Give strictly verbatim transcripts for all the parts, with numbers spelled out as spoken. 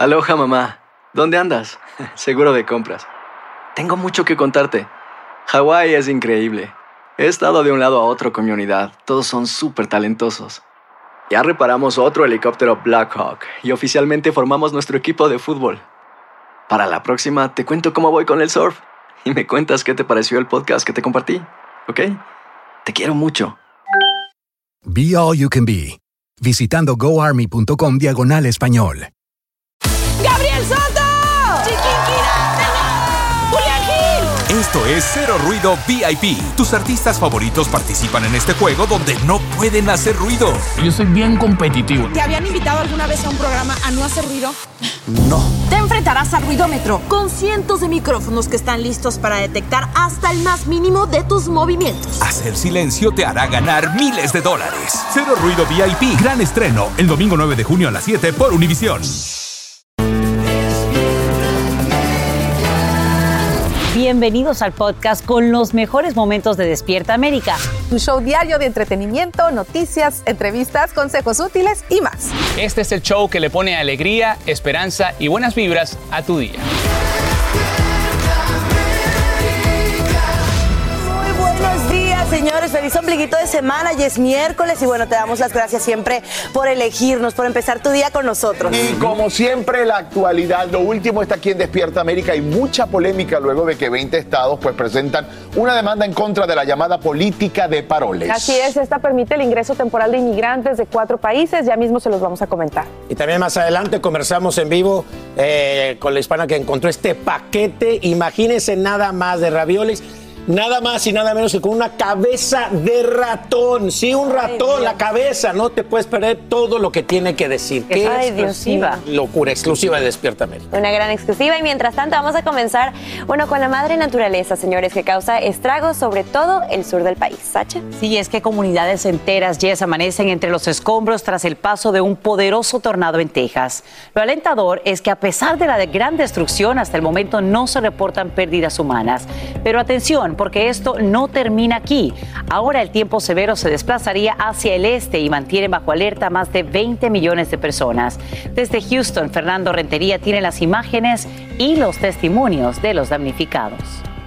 Aloha, mamá. ¿Dónde andas? Seguro de compras. Tengo mucho que contarte. Hawái es increíble. He estado de un lado a otro con mi unidad. Todos son súper talentosos. Ya reparamos otro helicóptero Blackhawk y oficialmente formamos nuestro equipo de fútbol. Para la próxima te cuento cómo voy con el surf y me cuentas qué te pareció el podcast que te compartí, ¿ok? Te quiero mucho. Be All You Can Be, visitando goarmy.com diagonal español. ¡Gabriel Soto! ¡Chiquinquirá! ¡Julián Gil! Esto es Cero Ruido V I P. Tus artistas favoritos participan en este juego donde no pueden hacer ruido. Yo soy bien competitivo. ¿Te habían invitado alguna vez a un programa a no hacer ruido? No. Te enfrentarás al ruidómetro con cientos de micrófonos que están listos para detectar hasta el más mínimo de tus movimientos. Hacer silencio te hará ganar miles de dólares. Cero Ruido V I P. Gran estreno el domingo nueve de junio a las siete por Univisión. Bienvenidos al podcast con los mejores momentos de Despierta América. Tu show diario de entretenimiento, noticias, entrevistas, consejos útiles y más. Este es el show que le pone alegría, esperanza y buenas vibras a tu día. Buenos días, señores. Feliz ombliguito de semana. Y es miércoles. Y bueno, te damos las gracias siempre por elegirnos, por empezar tu día con nosotros. Y como siempre, la actualidad, lo último está aquí en Despierta América. Hay mucha polémica luego de que veinte estados pues presentan una demanda en contra de la llamada política de paroles. Así es, esta permite el ingreso temporal de inmigrantes de cuatro países. Ya mismo se los vamos a comentar. Y también más adelante conversamos en vivo eh, con la hispana que encontró este paquete. Imagínense nada más de ravioles. Nada más y nada menos que con una cabeza de ratón. Sí, un ratón, Ay, la cabeza. No te puedes perder todo lo que tiene que decir. Qué exclusiva. Locura, exclusiva de Despierta América. Una gran exclusiva. Y mientras tanto vamos a comenzar, bueno, con la madre naturaleza, señores, que causa estragos sobre todo el sur del país. ¿Sacha? Sí, es que comunidades enteras, Jess, amanecen entre los escombros tras el paso de un poderoso tornado en Texas. Lo alentador es que a pesar de la gran destrucción, hasta el momento no se reportan pérdidas humanas. Pero atención, porque esto no termina aquí. Ahora el tiempo severo se desplazaría hacia el este y mantiene bajo alerta a más de veinte millones de personas. Desde Houston, Fernando Rentería tiene las imágenes y los testimonios de los damnificados.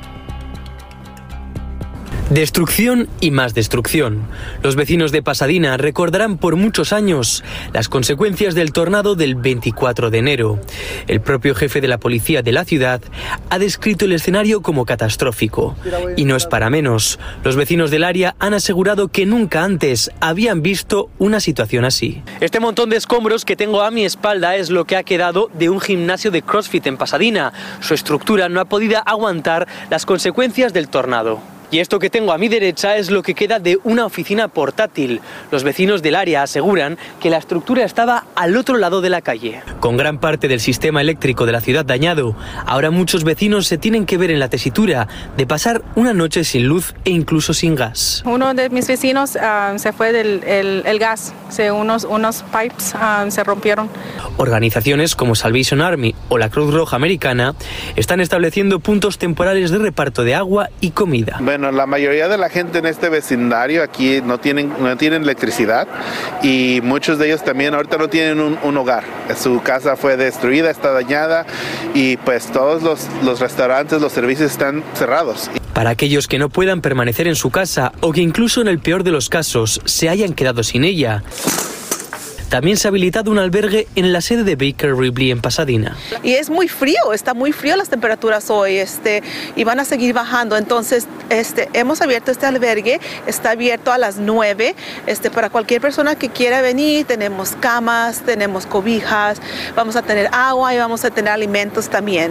Destrucción y más destrucción. Los vecinos de Pasadena recordarán por muchos años las consecuencias del tornado del veinticuatro de enero. El propio jefe de la policía de la ciudad ha descrito el escenario como catastrófico. Y no es para menos. Los vecinos del área han asegurado que nunca antes habían visto una situación así. Este montón de escombros que tengo a mi espalda es lo que ha quedado de un gimnasio de CrossFit en Pasadena. Su estructura no ha podido aguantar las consecuencias del tornado. Y esto que tengo a mi derecha es lo que queda de una oficina portátil. Los vecinos del área aseguran que la estructura estaba al otro lado de la calle. Con gran parte del sistema eléctrico de la ciudad dañado, ahora muchos vecinos se tienen que ver en la tesitura de pasar una noche sin luz e incluso sin gas. Uno de mis vecinos uh, se fue del el, el gas, se, unos, unos pipes uh, se rompieron. Organizaciones como Salvation Army o la Cruz Roja Americana están estableciendo puntos temporales de reparto de agua y comida. Bueno, la mayoría de la gente en este vecindario aquí no tienen, no tienen electricidad y muchos de ellos también ahorita no tienen un, un hogar. Su casa fue destruida, está dañada y pues todos los, los restaurantes, los servicios están cerrados. Para aquellos que no puedan permanecer en su casa o que incluso en el peor de los casos se hayan quedado sin ella, también se ha habilitado un albergue en la sede de Baker Ripley en Pasadena. Y es muy frío, está muy frío las temperaturas hoy, este, y van a seguir bajando. Entonces, este, hemos abierto este albergue, está abierto a las nueve, este, para cualquier persona que quiera venir. Tenemos camas, tenemos cobijas, vamos a tener agua y vamos a tener alimentos también.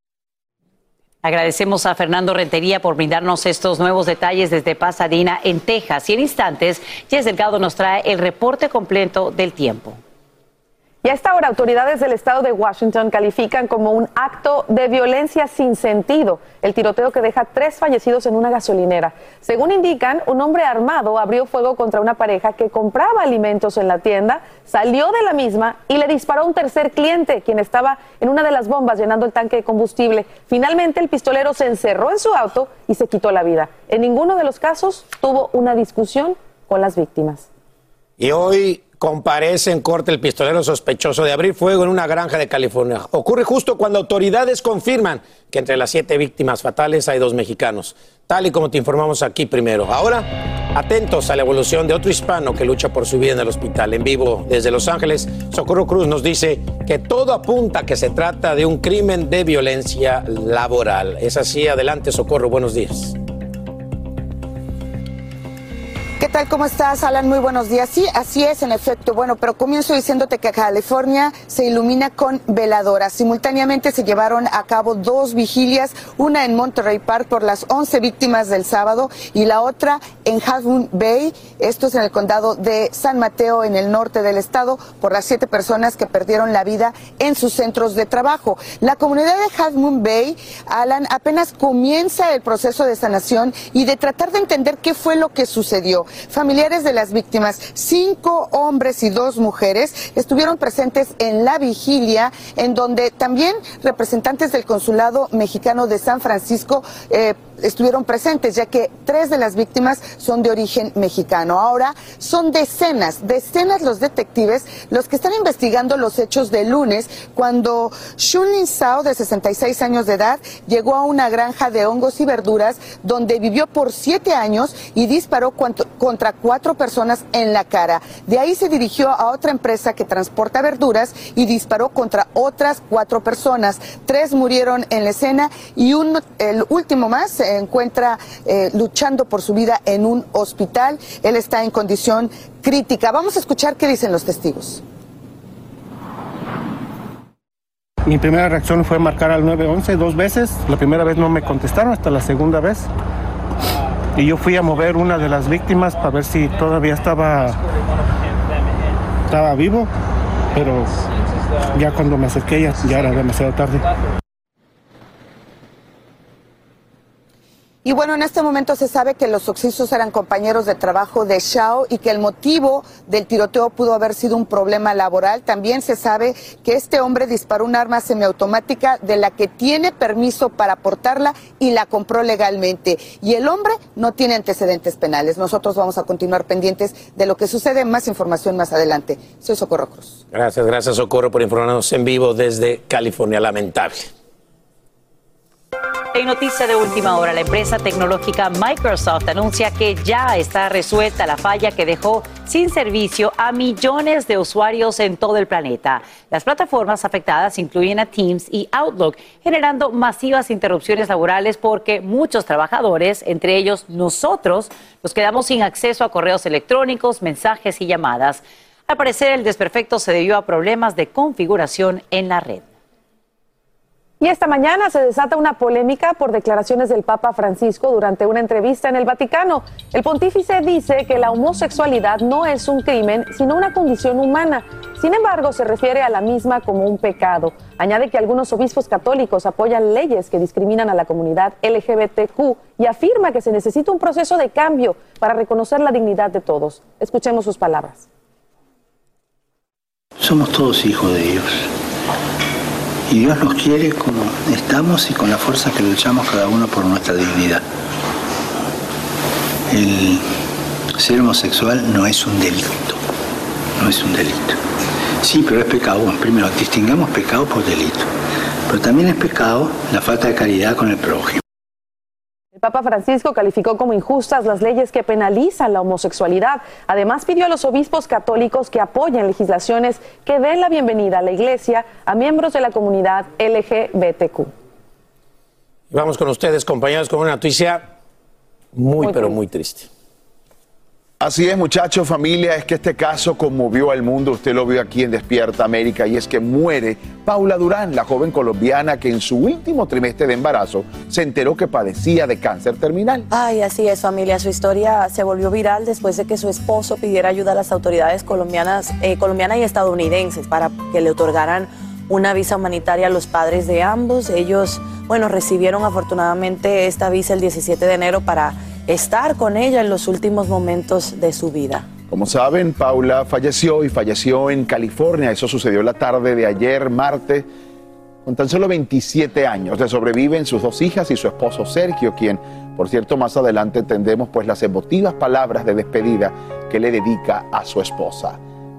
Agradecemos a Fernando Rentería por brindarnos estos nuevos detalles desde Pasadena, en Texas. Y en instantes, Jess Delgado nos trae el reporte completo del tiempo. Y a esta hora, autoridades del estado de Washington califican como un acto de violencia sin sentido el tiroteo que deja tres fallecidos en una gasolinera. Según indican, un hombre armado abrió fuego contra una pareja que compraba alimentos en la tienda, salió de la misma y le disparó a un tercer cliente, quien estaba en una de las bombas llenando el tanque de combustible. Finalmente, el pistolero se encerró en su auto y se quitó la vida. En ninguno de los casos tuvo una discusión con las víctimas. Y hoy Comparece en corte el pistolero sospechoso de abrir fuego en una granja de California. Ocurre justo cuando autoridades confirman que entre las siete víctimas fatales hay dos mexicanos, tal y como te informamos aquí primero. Ahora, atentos a la evolución de otro hispano que lucha por su vida en el hospital. En vivo desde Los Ángeles, Socorro Cruz nos dice que todo apunta a que se trata de un crimen de violencia laboral. Es así, adelante Socorro, buenos días. ¿Qué tal? ¿Cómo estás, Alan? Muy buenos días. Sí, así es, en efecto. Bueno, pero comienzo diciéndote que California se ilumina con veladoras. Simultáneamente se llevaron a cabo dos vigilias, una en Monterey Park por las once víctimas del sábado y la otra en Half Moon Bay, esto es en el condado de San Mateo, en el norte del estado, por las siete personas que perdieron la vida en sus centros de trabajo. La comunidad de Half Moon Bay, Alan, apenas comienza el proceso de sanación y de tratar de entender qué fue lo que sucedió. Familiares de las víctimas, cinco hombres y dos mujeres, estuvieron presentes en la vigilia, en donde también representantes del consulado mexicano de San Francisco eh, estuvieron presentes, ya que tres de las víctimas son de origen mexicano. Ahora son decenas, decenas los detectives los que están investigando los hechos del lunes, cuando Shunlin Sao, de sesenta y seis años de edad, llegó a una granja de hongos y verduras donde vivió por siete años y disparó cuanto, contra cuatro personas en la cara. De ahí se dirigió a otra empresa que transporta verduras y disparó contra otras cuatro personas. Tres murieron en la escena y un, el último más se encuentra eh, luchando por su vida en un hospital. Él está en condición crítica. Vamos a escuchar qué dicen los testigos. Mi primera reacción fue marcar al nueve once dos veces. La primera vez no me contestaron, hasta la segunda vez. Y yo fui a mover una de las víctimas para ver si todavía estaba, estaba vivo, pero ya cuando me acerqué ya, ya era demasiado tarde. Y bueno, en este momento se sabe que los occisos eran compañeros de trabajo de Shao y que el motivo del tiroteo pudo haber sido un problema laboral. También se sabe que este hombre disparó un arma semiautomática de la que tiene permiso para portarla y la compró legalmente. Y el hombre no tiene antecedentes penales. Nosotros vamos a continuar pendientes de lo que sucede. Más información más adelante. Soy Socorro Cruz. Gracias, gracias Socorro por informarnos en vivo desde California. Lamentable. En noticia de última hora, la empresa tecnológica Microsoft anuncia que ya está resuelta la falla que dejó sin servicio a millones de usuarios en todo el planeta. Las plataformas afectadas incluyen a Teams y Outlook, generando masivas interrupciones laborales porque muchos trabajadores, entre ellos nosotros, nos quedamos sin acceso a correos electrónicos, mensajes y llamadas. Al parecer, el desperfecto se debió a problemas de configuración en la red. Y esta mañana se desata una polémica por declaraciones del Papa Francisco durante una entrevista en el Vaticano. El pontífice dice que la homosexualidad no es un crimen, sino una condición humana. Sin embargo, se refiere a la misma como un pecado. Añade que algunos obispos católicos apoyan leyes que discriminan a la comunidad L G B T Q y afirma que se necesita un proceso de cambio para reconocer la dignidad de todos. Escuchemos sus palabras. Somos todos hijos de Dios. Y Dios nos quiere como estamos y con la fuerza que luchamos cada uno por nuestra dignidad. El ser homosexual no es un delito, no es un delito. Sí, pero es pecado. Bueno, primero, distingamos pecado por delito. Pero también es pecado la falta de caridad con el prójimo. El Papa Francisco calificó como injustas las leyes que penalizan la homosexualidad. Además, pidió a los obispos católicos que apoyen legislaciones que den la bienvenida a la Iglesia a miembros de la comunidad L G B T Q. Vamos con ustedes, compañeros, con una noticia muy, muy pero muy triste. Así es, muchachos, familia, es que este caso conmovió al mundo. Usted lo vio aquí en Despierta América, y es que muere Paula Durán, la joven colombiana que en su último trimestre de embarazo se enteró que padecía de cáncer terminal. Ay, así es, familia. Su historia se volvió viral después de que su esposo pidiera ayuda a las autoridades colombianas, eh, colombianas y estadounidenses para que le otorgaran una visa humanitaria a los padres de ambos. Ellos, bueno, recibieron afortunadamente esta visa el diecisiete de enero para estar con ella en los últimos momentos de su vida. Como saben, Paula falleció y falleció en California. Eso sucedió la tarde de ayer, martes, con tan solo veintisiete años. Le sobreviven sus dos hijas y su esposo Sergio, quien, por cierto, más adelante tendremos pues las emotivas palabras de despedida que le dedica a su esposa.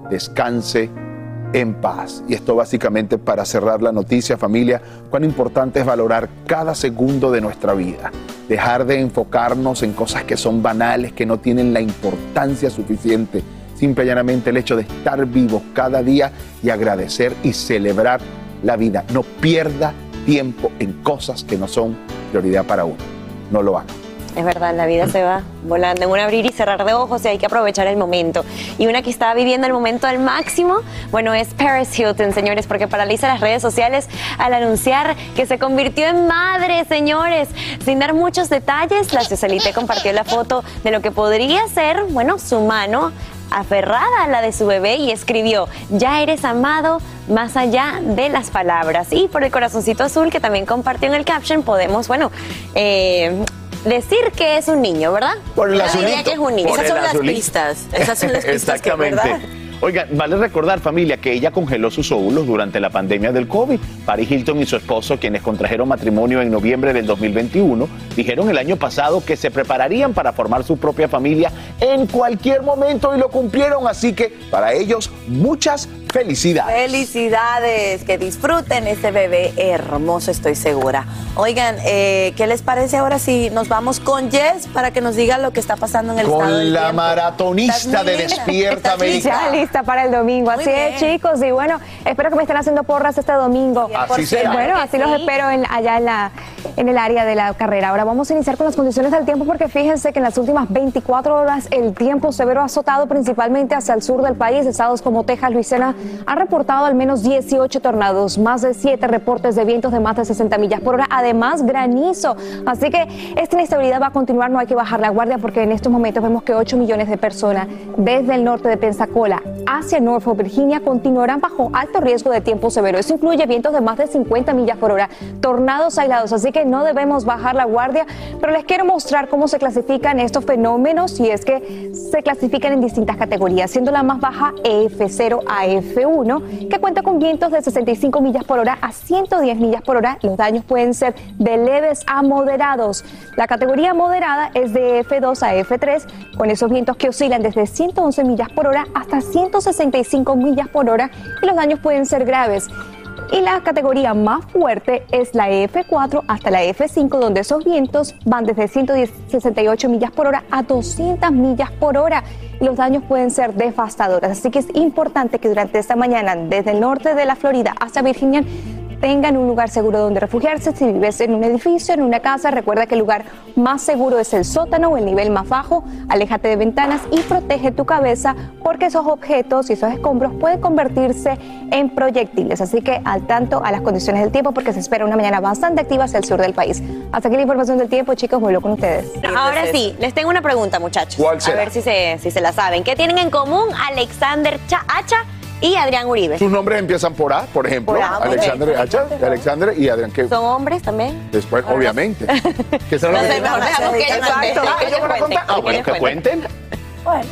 descanse en paz. Y esto básicamente para cerrar la noticia, familia, cuán importante es valorar cada segundo de nuestra vida. Dejar de enfocarnos en cosas que son banales, que no tienen la importancia suficiente. Simple y llanamente el hecho de estar vivos cada día y agradecer y celebrar la vida. No pierda tiempo en cosas que no son prioridad para uno. No lo haga. Es verdad, la vida se va volando en un abrir y cerrar de ojos y hay que aprovechar el momento. Y una que está viviendo el momento al máximo, bueno, es Paris Hilton, señores, porque paraliza las redes sociales al anunciar que se convirtió en madre, señores. Sin dar muchos detalles, la socialite compartió la foto de lo que podría ser, bueno, su mano aferrada a la de su bebé y escribió: ya eres amado más allá de las palabras. Y por el corazoncito azul que también compartió en el caption podemos, bueno, eh... decir que es un niño, ¿verdad? Por el Yo azulito. diría que es un niño. Por Esas el son las azulito. pistas. Esas son las pistas que, Exactamente. ¿verdad? Oiga, vale recordar, familia, que ella congeló sus óvulos durante la pandemia del COVID. Paris Hilton y su esposo, quienes contrajeron matrimonio en noviembre del dos mil veintiuno, dijeron el año pasado que se prepararían para formar su propia familia en cualquier momento y lo cumplieron. Así que para ellos, muchas felicidades. Felicidades, que disfruten ese bebé hermoso, estoy segura. Oigan, eh, ¿qué les parece ahora si nos vamos con Jess para que nos diga lo que está pasando en el Con estado del la tiempo? maratonista Estás muy de linda. Despierta Estás lista. América. Ya lista para el domingo. Muy Así bien. es, chicos. Y bueno, espero que me estén haciendo porras este domingo. Así será. Bueno, así los espero en- allá en, la, en el área de la carrera. Ahora vamos a iniciar con las condiciones del tiempo porque fíjense que en las últimas veinticuatro horas el tiempo severo ha azotado principalmente hacia el sur del país. Estados como Texas, Luisiana han reportado al menos dieciocho tornados, más de siete reportes de vientos de más de sesenta millas por hora, además granizo. Así que esta inestabilidad va a continuar, no hay que bajar la guardia porque en estos momentos vemos que ocho millones de personas desde el norte de Pensacola hacia Norfolk, Virginia, continuarán bajo alto riesgo de tiempo severo. Eso incluye vientos de más de cincuenta millas por hora, tornados aislados, así que no debemos bajar la guardia, pero les quiero mostrar cómo se clasifican estos fenómenos y es que se clasifican en distintas categorías, siendo la más baja E F cero a E F uno, que cuenta con vientos de sesenta y cinco millas por hora a ciento diez millas por hora. Los daños pueden ser de leves a moderados. La categoría moderada es de E F dos a E F tres, con esos vientos que oscilan desde ciento once millas por hora hasta ciento sesenta y cinco millas por hora y los daños pueden ser graves. Y la categoría más fuerte es la E F cuatro hasta la E F cinco, donde esos vientos van desde ciento sesenta y ocho millas por hora a doscientas millas por hora y los daños pueden ser devastadores. Así que es importante que durante esta mañana, desde el norte de la Florida hasta Virginia, tengan un lugar seguro donde refugiarse. Si vives en un edificio, en una casa, recuerda que el lugar más seguro es el sótano o el nivel más bajo. Aléjate de ventanas y protege tu cabeza porque esos objetos y esos escombros pueden convertirse en proyectiles. Así que al tanto a las condiciones del tiempo porque se espera una mañana bastante activa hacia el sur del país. Hasta aquí la información del tiempo, chicos, vuelvo con ustedes. Ahora sí, les tengo una pregunta, muchachos. ¿Cuál será? A ver si se, si se la saben. ¿Qué tienen en común Alexander Cha- Hacha y Adrián Uribe? Sus nombres empiezan por A, por ejemplo. Por A, muy Alexander bien. Hacha, Alexander y Adrián. Que ¿Son hombres también? después, obviamente. ¿Qué será lo No que- sé, mejor dejamos que ellos Exacto. cuenten, Ah, que ellos ellos van a contar. cuenten, Ah, bueno, que que cuenten. Bueno.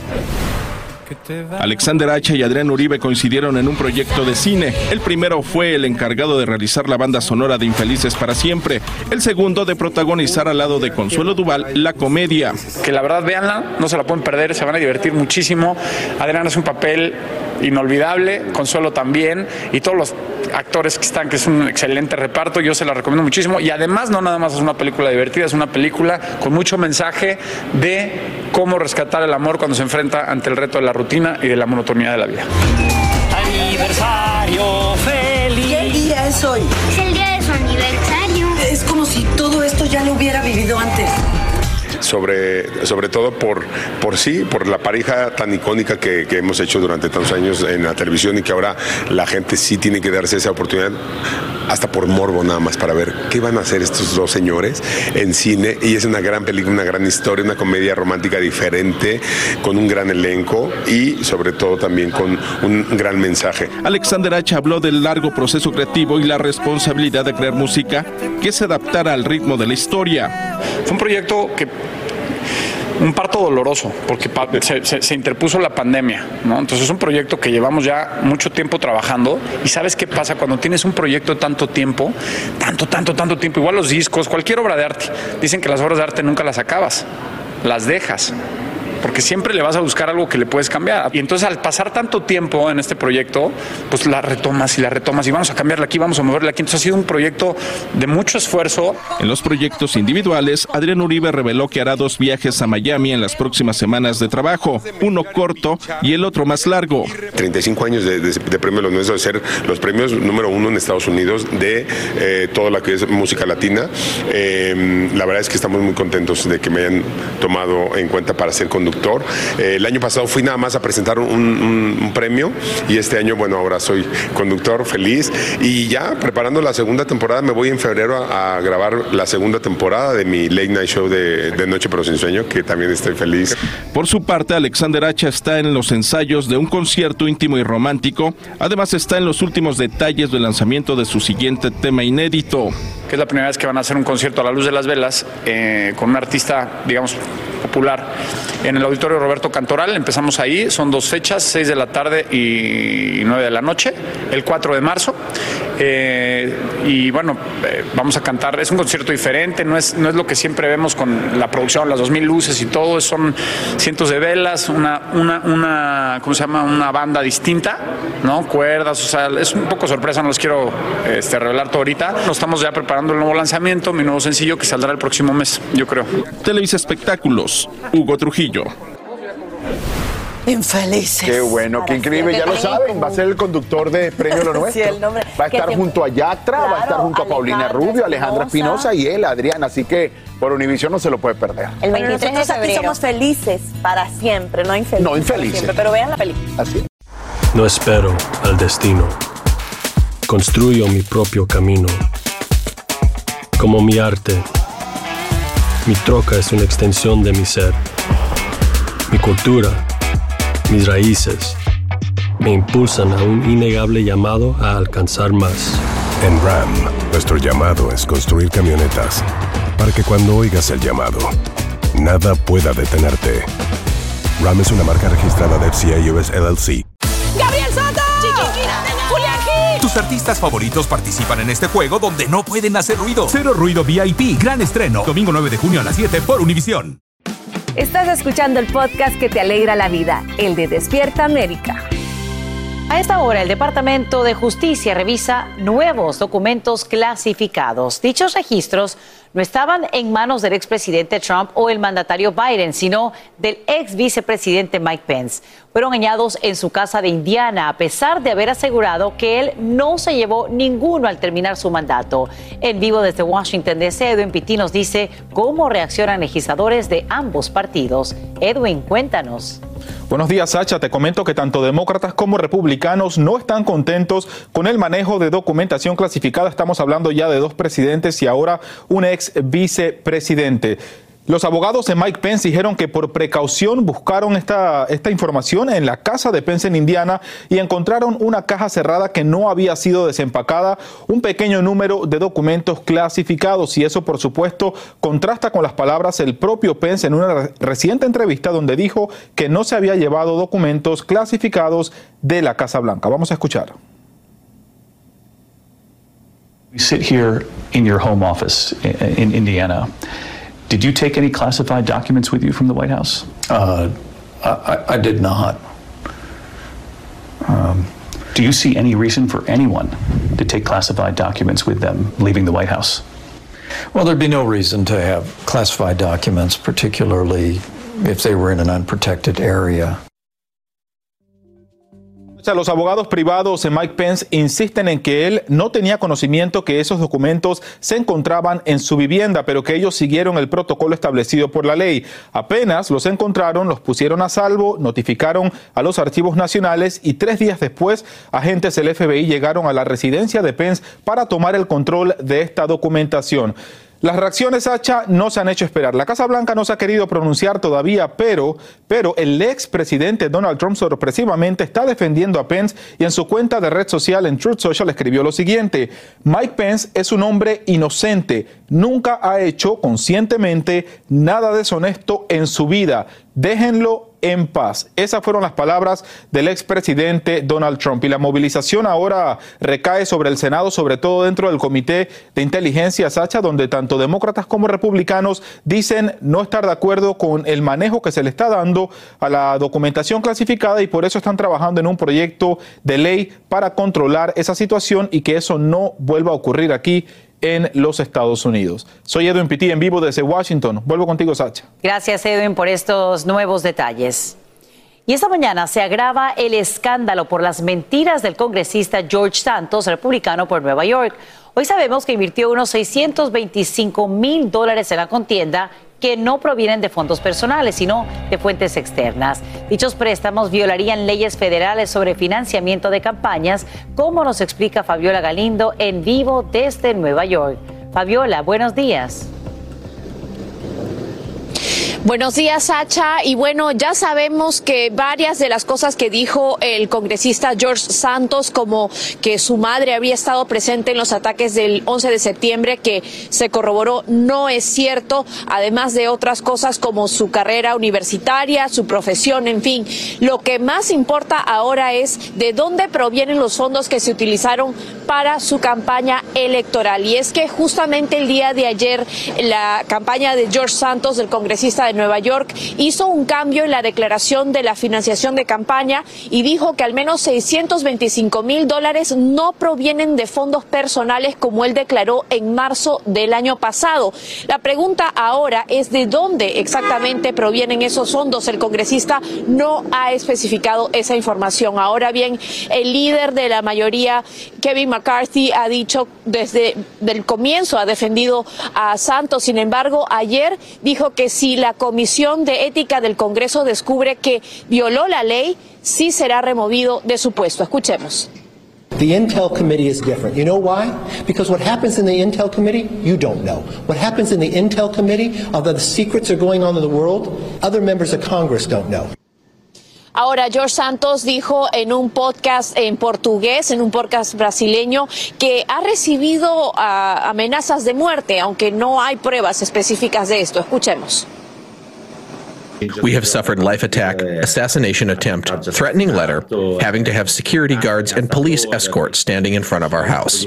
Alexander Hacha y Adrián Uribe coincidieron en un proyecto de cine. El primero fue el encargado de realizar la banda sonora de Infelices para Siempre. El segundo de protagonizar al lado de Consuelo Duval la comedia. Que la verdad véanla, no se la pueden perder, se van a divertir muchísimo. Adrián es un papel inolvidable, Consuelo también, y todos los actores que están, que es un excelente reparto, yo se la recomiendo muchísimo. Y además no nada más es una película divertida, es una película con mucho mensaje de cómo rescatar el amor cuando se enfrenta ante el reto de la rutina y de la monotonía de la vida. Aniversario feliz. ¿Qué día es hoy? Es el día de su aniversario. Es como si todo esto ya lo hubiera vivido antes. Sobre, sobre todo por, por sí, por la pareja tan icónica que, que hemos hecho durante tantos años en la televisión y que ahora la gente sí tiene que darse esa oportunidad, hasta por morbo nada más, para ver qué van a hacer estos dos señores en cine. Y es una gran película, una gran historia, una comedia romántica diferente, con un gran elenco y sobre todo también con un gran mensaje. Alexander Hacha habló del largo proceso creativo y la responsabilidad de crear música que se adaptara al ritmo de la historia. Fue un proyecto que un parto doloroso, porque pa- se, se- se interpuso la pandemia, ¿no? Entonces es un proyecto que llevamos ya mucho tiempo trabajando y ¿sabes qué pasa? Cuando tienes un proyecto tanto tiempo, tanto, tanto, tanto tiempo, igual los discos, cualquier obra de arte, dicen que las obras de arte nunca las acabas, las dejas, porque siempre le vas a buscar algo que le puedes cambiar. Y entonces al pasar tanto tiempo en este proyecto, pues la retomas y la retomas y vamos a cambiarla aquí, vamos a moverla aquí. Entonces ha sido un proyecto de mucho esfuerzo. En los proyectos individuales, Adrián Uribe reveló que hará dos viajes a Miami en las próximas semanas de trabajo, uno corto y el otro más largo. treinta y cinco años de, de, de premio Los Nuestros, de ser los premios número uno en Estados Unidos de eh, todo lo que es música latina. Eh, la verdad es que estamos muy contentos de que me hayan tomado en cuenta para ser conductor. Eh, el año pasado fui nada más a presentar un, un, un premio y este año, bueno, ahora soy conductor, feliz. Y ya preparando la segunda temporada, me voy en febrero a, a grabar la segunda temporada de mi late night show de, de Noche pero sin sueño, que también estoy feliz. Por su parte, Alexander Hacha está en los ensayos de un concierto íntimo y romántico. Además, está en los últimos detalles del lanzamiento de su siguiente tema inédito. Que es la primera vez que van a hacer un concierto a la luz de las velas eh, con un artista, digamos, popular en el Auditorio Roberto Cantoral. Empezamos ahí, son dos fechas, seis de la tarde y nueve de la noche, el cuatro de marzo. Eh, y bueno, eh, vamos a cantar, es un concierto diferente, no es, no es lo que siempre vemos con la producción, las dos mil luces y todo, son cientos de velas, una, una, una, ¿cómo se llama? Una banda distinta, ¿no? Cuerdas, o sea, es un poco sorpresa, no les quiero este, revelar todo ahorita. Nos estamos ya preparando el nuevo lanzamiento, mi nuevo sencillo que saldrá el próximo mes, yo creo. Televisa Espectáculos, Hugo Trujillo. Infelices. Qué bueno, qué increíble, ya lo saben, va a ser el conductor de Premio Lo Nuestro. Sí, el nombre. Va a estar Que junto a Yatra, Claro, va a estar junto a Paulina Alejandra Rubio, Alejandra Espinosa. Espinosa y él, Adrián, así que por Univisión no se lo puede perder. El Pero veintitrés de nosotros aquí febrero. somos felices para siempre, no infelices. No para infelices. siempre, pero vean la película. Así es. No espero al destino. Construyo mi propio camino. Como mi arte, mi troca es una extensión de mi ser. Mi cultura, mis raíces, me impulsan a un innegable llamado a alcanzar más. En Ram, nuestro llamado es construir camionetas para que cuando oigas el llamado, nada pueda detenerte. Ram es una marca registrada de F C A U S L L C. ¡Gabriel Soto! ¡Julián Gil! Tus artistas favoritos participan en este juego donde no pueden hacer ruido. Cero Ruido V I P, gran estreno, domingo nueve de junio a las siete por Univisión. Estás escuchando el podcast que te alegra la vida, el de Despierta América. A esta hora, el Departamento de Justicia revisa nuevos documentos clasificados. Dichos registros no estaban en manos del expresidente Trump o el mandatario Biden, sino del ex vicepresidente Mike Pence. Fueron hallados en su casa de Indiana, a pesar de haber asegurado que él no se llevó ninguno al terminar su mandato. En vivo desde Washington D C, Edwin Pitti nos dice cómo reaccionan legisladores de ambos partidos. Edwin, cuéntanos. Buenos días, Sacha. Te comento que tanto demócratas como republicanos no están contentos con el manejo de documentación clasificada. Estamos hablando ya de dos presidentes y ahora un ex vicepresidente. Los abogados de Mike Pence dijeron que por precaución buscaron esta, esta información en la casa de Pence en Indiana y encontraron una caja cerrada que no había sido desempacada, un pequeño número de documentos clasificados, y eso por supuesto contrasta con las palabras del propio Pence en una reciente entrevista donde dijo que no se había llevado documentos clasificados de la Casa Blanca. Vamos a escuchar. We sit here in your home office in Indiana. Did you take any classified documents with you from the White House? Uh, I, I did not. Um, do you see any reason for anyone to take classified documents with them leaving the White House? Well, there'd be no reason to have classified documents, particularly if they were in an unprotected area. Los abogados privados de Mike Pence insisten en que él no tenía conocimiento que esos documentos se encontraban en su vivienda, pero que ellos siguieron el protocolo establecido por la ley. Apenas los encontraron, los pusieron a salvo, notificaron a los archivos nacionales y tres días después, agentes del F B I llegaron a la residencia de Pence para tomar el control de esta documentación. Las reacciones, Sacha, no se han hecho esperar. La Casa Blanca no se ha querido pronunciar todavía, pero, pero el expresidente Donald Trump sorpresivamente está defendiendo a Pence y en su cuenta de red social en Truth Social escribió lo siguiente: Mike Pence es un hombre inocente, nunca ha hecho conscientemente nada deshonesto en su vida. Déjenlo en paz. Esas fueron las palabras del expresidente Donald Trump. Y la movilización ahora recae sobre el Senado, sobre todo dentro del Comité de Inteligencia, Sacha, donde tanto demócratas como republicanos dicen no estar de acuerdo con el manejo que se le está dando a la documentación clasificada, y por eso están trabajando en un proyecto de ley para controlar esa situación y que eso no vuelva a ocurrir aquí en los Estados Unidos. Soy Edwin Pitti en vivo desde Washington. Vuelvo contigo, Sacha. Gracias, Edwin, por estos nuevos detalles. Y esta mañana se agrava el escándalo por las mentiras del congresista George Santos, republicano por Nueva York. Hoy sabemos que invirtió unos seiscientos veinticinco mil dólares en la contienda, que no provienen de fondos personales, sino de fuentes externas. Dichos préstamos violarían leyes federales sobre financiamiento de campañas, como nos explica Fabiola Galindo en vivo desde Nueva York. Fabiola, buenos días. Buenos días, Sacha. Y bueno, ya sabemos que varias de las cosas que dijo el congresista George Santos, como que su madre habría estado presente en los ataques del once de septiembre, que se corroboró, no es cierto, además de otras cosas como su carrera universitaria, su profesión, en fin. Lo que más importa ahora es de dónde provienen los fondos que se utilizaron para su campaña electoral. Y es que justamente el día de ayer la campaña de George Santos, del congresista de Nueva York, hizo un cambio en la declaración de la financiación de campaña y dijo que al menos seiscientos veinticinco mil dólares no provienen de fondos personales, como él declaró en marzo del año pasado. La pregunta ahora es de dónde exactamente provienen esos fondos. El congresista no ha especificado esa información. Ahora bien, el líder de la mayoría, Kevin McCarthy, ha dicho desde el comienzo, ha defendido a Santos. Sin embargo, ayer dijo que si la Comisión de Ética del Congreso descubre que violó la ley, sí será removido de su puesto. Escuchemos. The Intel Committee is different. You know why? Because what happens in the Intel Committee, you don't know. What happens in the Intel Committee, although the secrets are going on in the world, other members of Congress don't know. Ahora, George Santos dijo en un podcast en portugués, en un podcast brasileño, que ha recibido uh, amenazas de muerte, aunque no hay pruebas específicas de esto. Escuchemos. We have suffered life attack, assassination attempt, threatening letter, having to have security guards and police escorts standing in front of our house.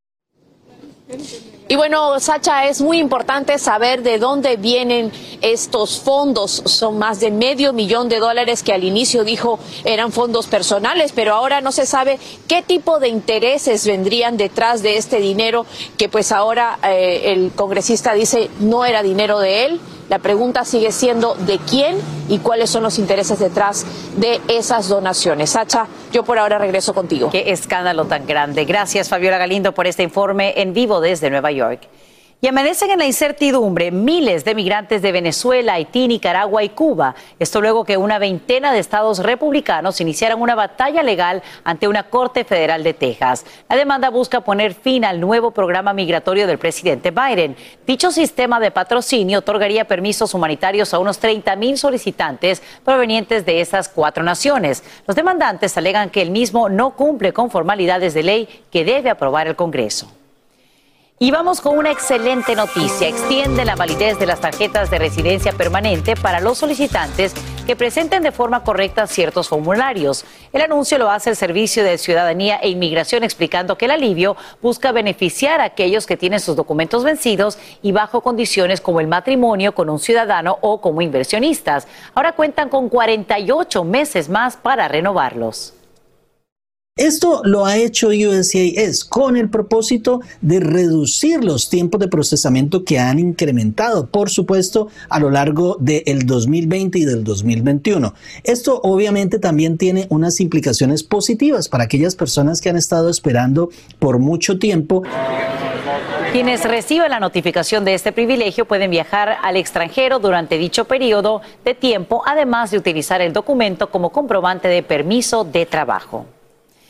Y bueno, Sacha, es muy importante saber de dónde vienen estos fondos. Son más de medio millón de dólares que al inicio dijo eran fondos personales, pero ahora no se sabe qué tipo de intereses vendrían detrás de este dinero, que pues ahora eh, el congresista dice no era dinero de él. La pregunta sigue siendo de quién y cuáles son los intereses detrás de esas donaciones. Sacha, yo por ahora regreso contigo. Qué escándalo tan grande. Gracias, Fabiola Galindo, por este informe en vivo desde Nueva York. Y amanecen en la incertidumbre miles de migrantes de Venezuela, Haití, Nicaragua y Cuba. Esto luego que una veintena de estados republicanos iniciaran una batalla legal ante una corte federal de Texas. La demanda busca poner fin al nuevo programa migratorio del presidente Biden. Dicho sistema de patrocinio otorgaría permisos humanitarios a unos treinta mil solicitantes provenientes de esas cuatro naciones. Los demandantes alegan que el mismo no cumple con formalidades de ley que debe aprobar el Congreso. Y vamos con una excelente noticia. Extiende la validez de las tarjetas de residencia permanente para los solicitantes que presenten de forma correcta ciertos formularios. El anuncio lo hace el Servicio de Ciudadanía e Inmigración, explicando que el alivio busca beneficiar a aquellos que tienen sus documentos vencidos y bajo condiciones como el matrimonio con un ciudadano o como inversionistas. Ahora cuentan con cuarenta y ocho meses más para renovarlos. Esto lo ha hecho U S C I S con el propósito de reducir los tiempos de procesamiento que han incrementado, por supuesto, a lo largo del dos mil veinte y del dos mil veintiuno. Esto obviamente también tiene unas implicaciones positivas para aquellas personas que han estado esperando por mucho tiempo. Quienes reciban la notificación de este privilegio pueden viajar al extranjero durante dicho periodo de tiempo, además de utilizar el documento como comprobante de permiso de trabajo.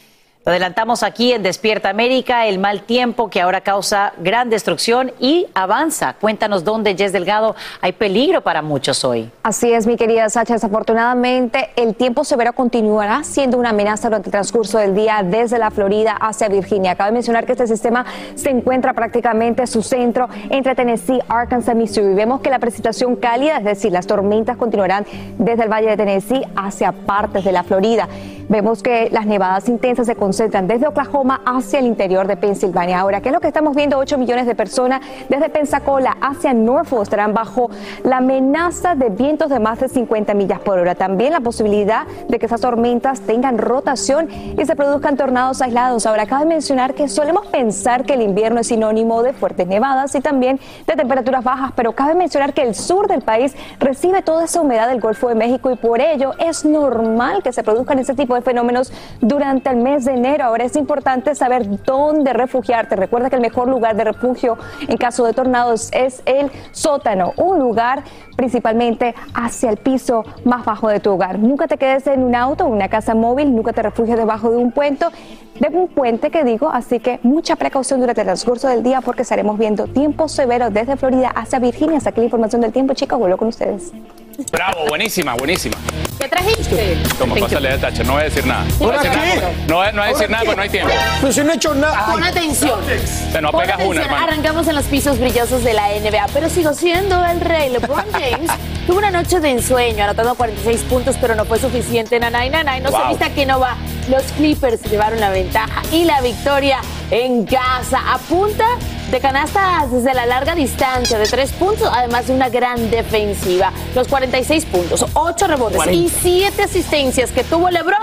Lo adelantamos aquí en Despierta América, el mal tiempo que ahora causa gran destrucción y avanza. Cuéntanos dónde, Jess Delgado, hay peligro para muchos hoy. Así es, mi querida Sacha. Desafortunadamente, el tiempo severo continuará siendo una amenaza durante el transcurso del día desde la Florida hacia Virginia. Cabe mencionar que este sistema se encuentra prácticamente en su centro entre Tennessee, Arkansas, Missouri. Vemos que la precipitación cálida, es decir, las tormentas continuarán desde el Valle de Tennessee hacia partes de la Florida. Vemos que las nevadas intensas se concentran desde Oklahoma hacia el interior de Pensilvania. Ahora, ¿qué es lo que estamos viendo? ocho millones de personas desde Pensacola hacia Norfolk estarán bajo la amenaza de vientos de más de cincuenta millas por hora. También la posibilidad de que esas tormentas tengan rotación y se produzcan tornados aislados. Ahora, cabe mencionar que solemos pensar que el invierno es sinónimo de fuertes nevadas y también de temperaturas bajas, pero cabe mencionar que el sur del país recibe toda esa humedad del Golfo de México y por ello es normal que se produzcan ese tipo de fenómenos durante el mes de enero. Ahora es importante saber dónde refugiarte. Recuerda que el mejor lugar de refugio en caso de tornados es el sótano, un lugar principalmente hacia el piso más bajo de tu hogar. Nunca te quedes en un auto o una casa móvil, nunca te refugies debajo de un puente, de un puente que digo, así que mucha precaución durante el transcurso del día porque estaremos viendo tiempos severos desde Florida hacia Virginia. Saqué la información del tiempo, chicos, vuelvo con ustedes. Bravo, buenísima, buenísima. ¿Qué trajiste? Toma, pásale a Thatcher, no voy a decir nada. No voy a decir nada, no voy a decir nada porque no hay tiempo. Pero si no he hecho nada. Pon atención. Se nos Pon pegas atención. una, hermano. Arrancamos en los pisos brillosos de la N B A, pero sigo siendo el rey. LeBron James tuvo una noche de ensueño, anotando cuarenta y seis puntos, pero no fue suficiente. Nanay, nanay, no Wow. se vista que no va. Los Clippers llevaron la ventaja y la victoria en casa. A punta de canastas desde la larga distancia de tres puntos, además de una gran defensiva. Los cuarenta y seis puntos, ocho rebotes cuarenta. y siete asistencias que tuvo LeBron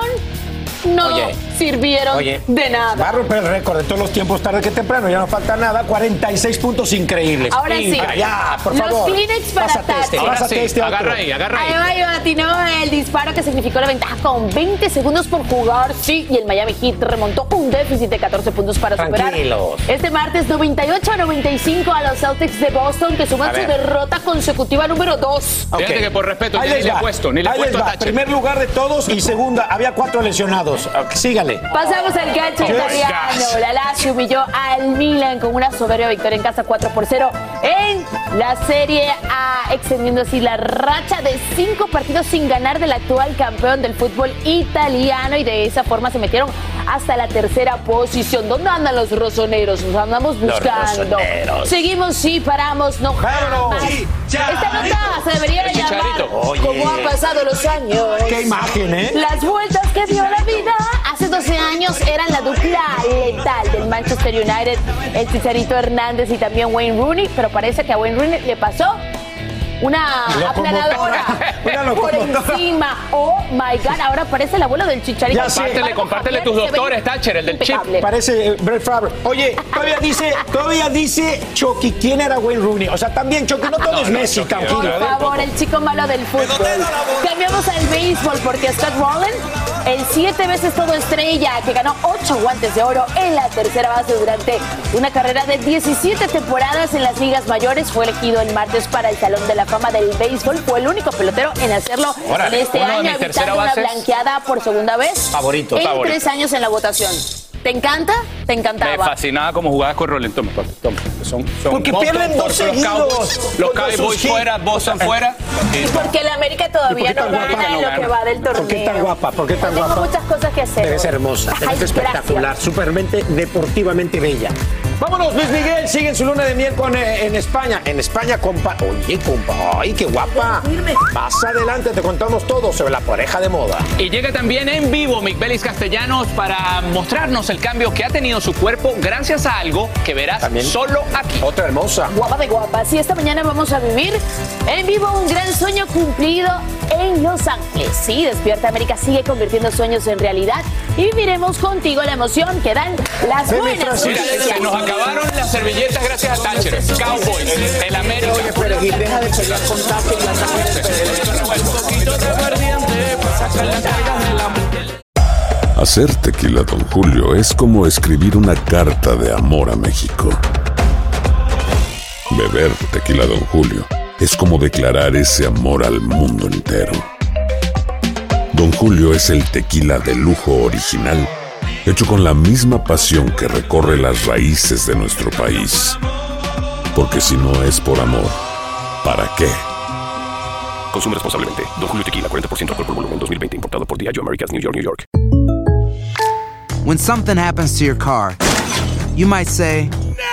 no Oye, sirvieron Oye, de nada. va a romper el récord de todos los tiempos tarde que temprano, ya no falta nada, cuarenta y seis puntos increíbles. Ahora sí, Inca, ya, por los favor. Kleenex para Pásate este, Thatcher. Ahora pásate sí, este otro. agarra ahí, agarra ahí. Ahí va, atinó el disparo que significó la ventaja con veinte segundos por jugar, sí, y el Miami Heat remontó un déficit de catorce puntos para Tranquilos. superar este martes noventa y ocho a noventa y cinco a los Celtics de Boston, que suman A su ver. derrota consecutiva número dos. Ok. Fíjate que por respeto Ahí ni les le he va. puesto, ni le he Ahí les puesto a va. Thatcher. Primer lugar de todos y segunda, había cuatro lesionados. Ok, sígale. Pasamos al gancho Oh my italiano. gosh. La Lazio humilló al Milan con una soberbia victoria en casa cuatro por cero en la Serie A, extendiendo así la racha de cinco partidos sin ganar del actual campeón del fútbol italiano y de esa forma se metieron hasta la tercera posición. ¿Dónde andan los rosoneros? Nos andamos Los buscando. rosoneros. Seguimos, sí, paramos, no ¡Vámonos! jamás. Esta nota se debería El llamar Chicharito. Oye. como han pasado los años. Qué imagen, ¿eh? Las vueltas que dio la vida hace doce años eran la dupla letal del Manchester United, el Chicharito Hernández y también Wayne Rooney, pero parece que a Wayne Rooney le pasó una Locomotora. aplanadora Una por locomotora. encima. Oh my God, ahora parece el abuelo del Chicharito. Ya sé. Compártele, compártele tus Javier se ve doctores, Thatcher, el del chip. impecable. Parece eh, Brett Favre. Oye, todavía dice, todavía dice Chucky, ¿quién era Wayne Rooney? O sea, también Chucky, no todo es Messi, Chucky, tranquilo. Por ¿eh? favor, el chico malo del fútbol. Cambiamos al béisbol porque Scott Rowland, el siete veces todo estrella que ganó ocho guantes de oro en la tercera base durante una carrera de diecisiete temporadas en las ligas mayores, fue elegido el martes para el Salón de la Fama del Béisbol. Fue el único pelotero en hacerlo Órale, en este uno de año, mis tercera evitando una bases. blanqueada por segunda vez Favorito, en favorito. tres años en la votación. ¿Te encanta? Te Me encantaba. fascinaba cómo jugabas con Rolling. Toma, papi, toma. Son, son Porque Boston, pierden dos los seguidos Cowboys, Los contra Cowboys sus fuera, Heat. Boston fuera. Y porque el América ¿Y por todavía qué no tan gana guapa? en No lo que gana. va del torneo. ¿Por qué tan guapa? ¿Por qué tan Tengo guapa? muchas cosas que hacer. Eres hermosa, Ay, eres espectacular, gracias. supermente, deportivamente bella. Vámonos, Luis Miguel, sigue en su luna de miel con, eh, en España. En España, compa. Oye, compa, ay, qué guapa. Más adelante te contamos todo sobre la pareja de moda. Y llega también en vivo Micbelis Castellanos para mostrarnos el cambio que ha tenido su cuerpo gracias a algo que verás También. solo aquí. Otra hermosa. Guapa de guapas. Y esta mañana vamos a vivir en vivo un gran sueño cumplido en Los Ángeles. Sí, Despierta América sigue convirtiendo sueños en realidad y viviremos contigo la emoción que dan las Ven, mi buenas Francisco. Mira, noticias. se nos acabaron las servilletas gracias a Thatcher. Cowboys, el América. Oye, pero y deja de pelear con Tati y la Un poquito de aguardiente para sacar las cargas de la... Hacer tequila Don Julio es como escribir una carta de amor a México. Beber tequila Don Julio es como declarar ese amor al mundo entero. Don Julio es el tequila de lujo original, hecho con la misma pasión que recorre las raíces de nuestro país. Porque si no es por amor, ¿para qué? Consume responsablemente. Don Julio Tequila, cuarenta por ciento alcohol por volumen, dos mil veinte. Importado por Diageo Americas, New York, New York. When something happens to your car, you might say,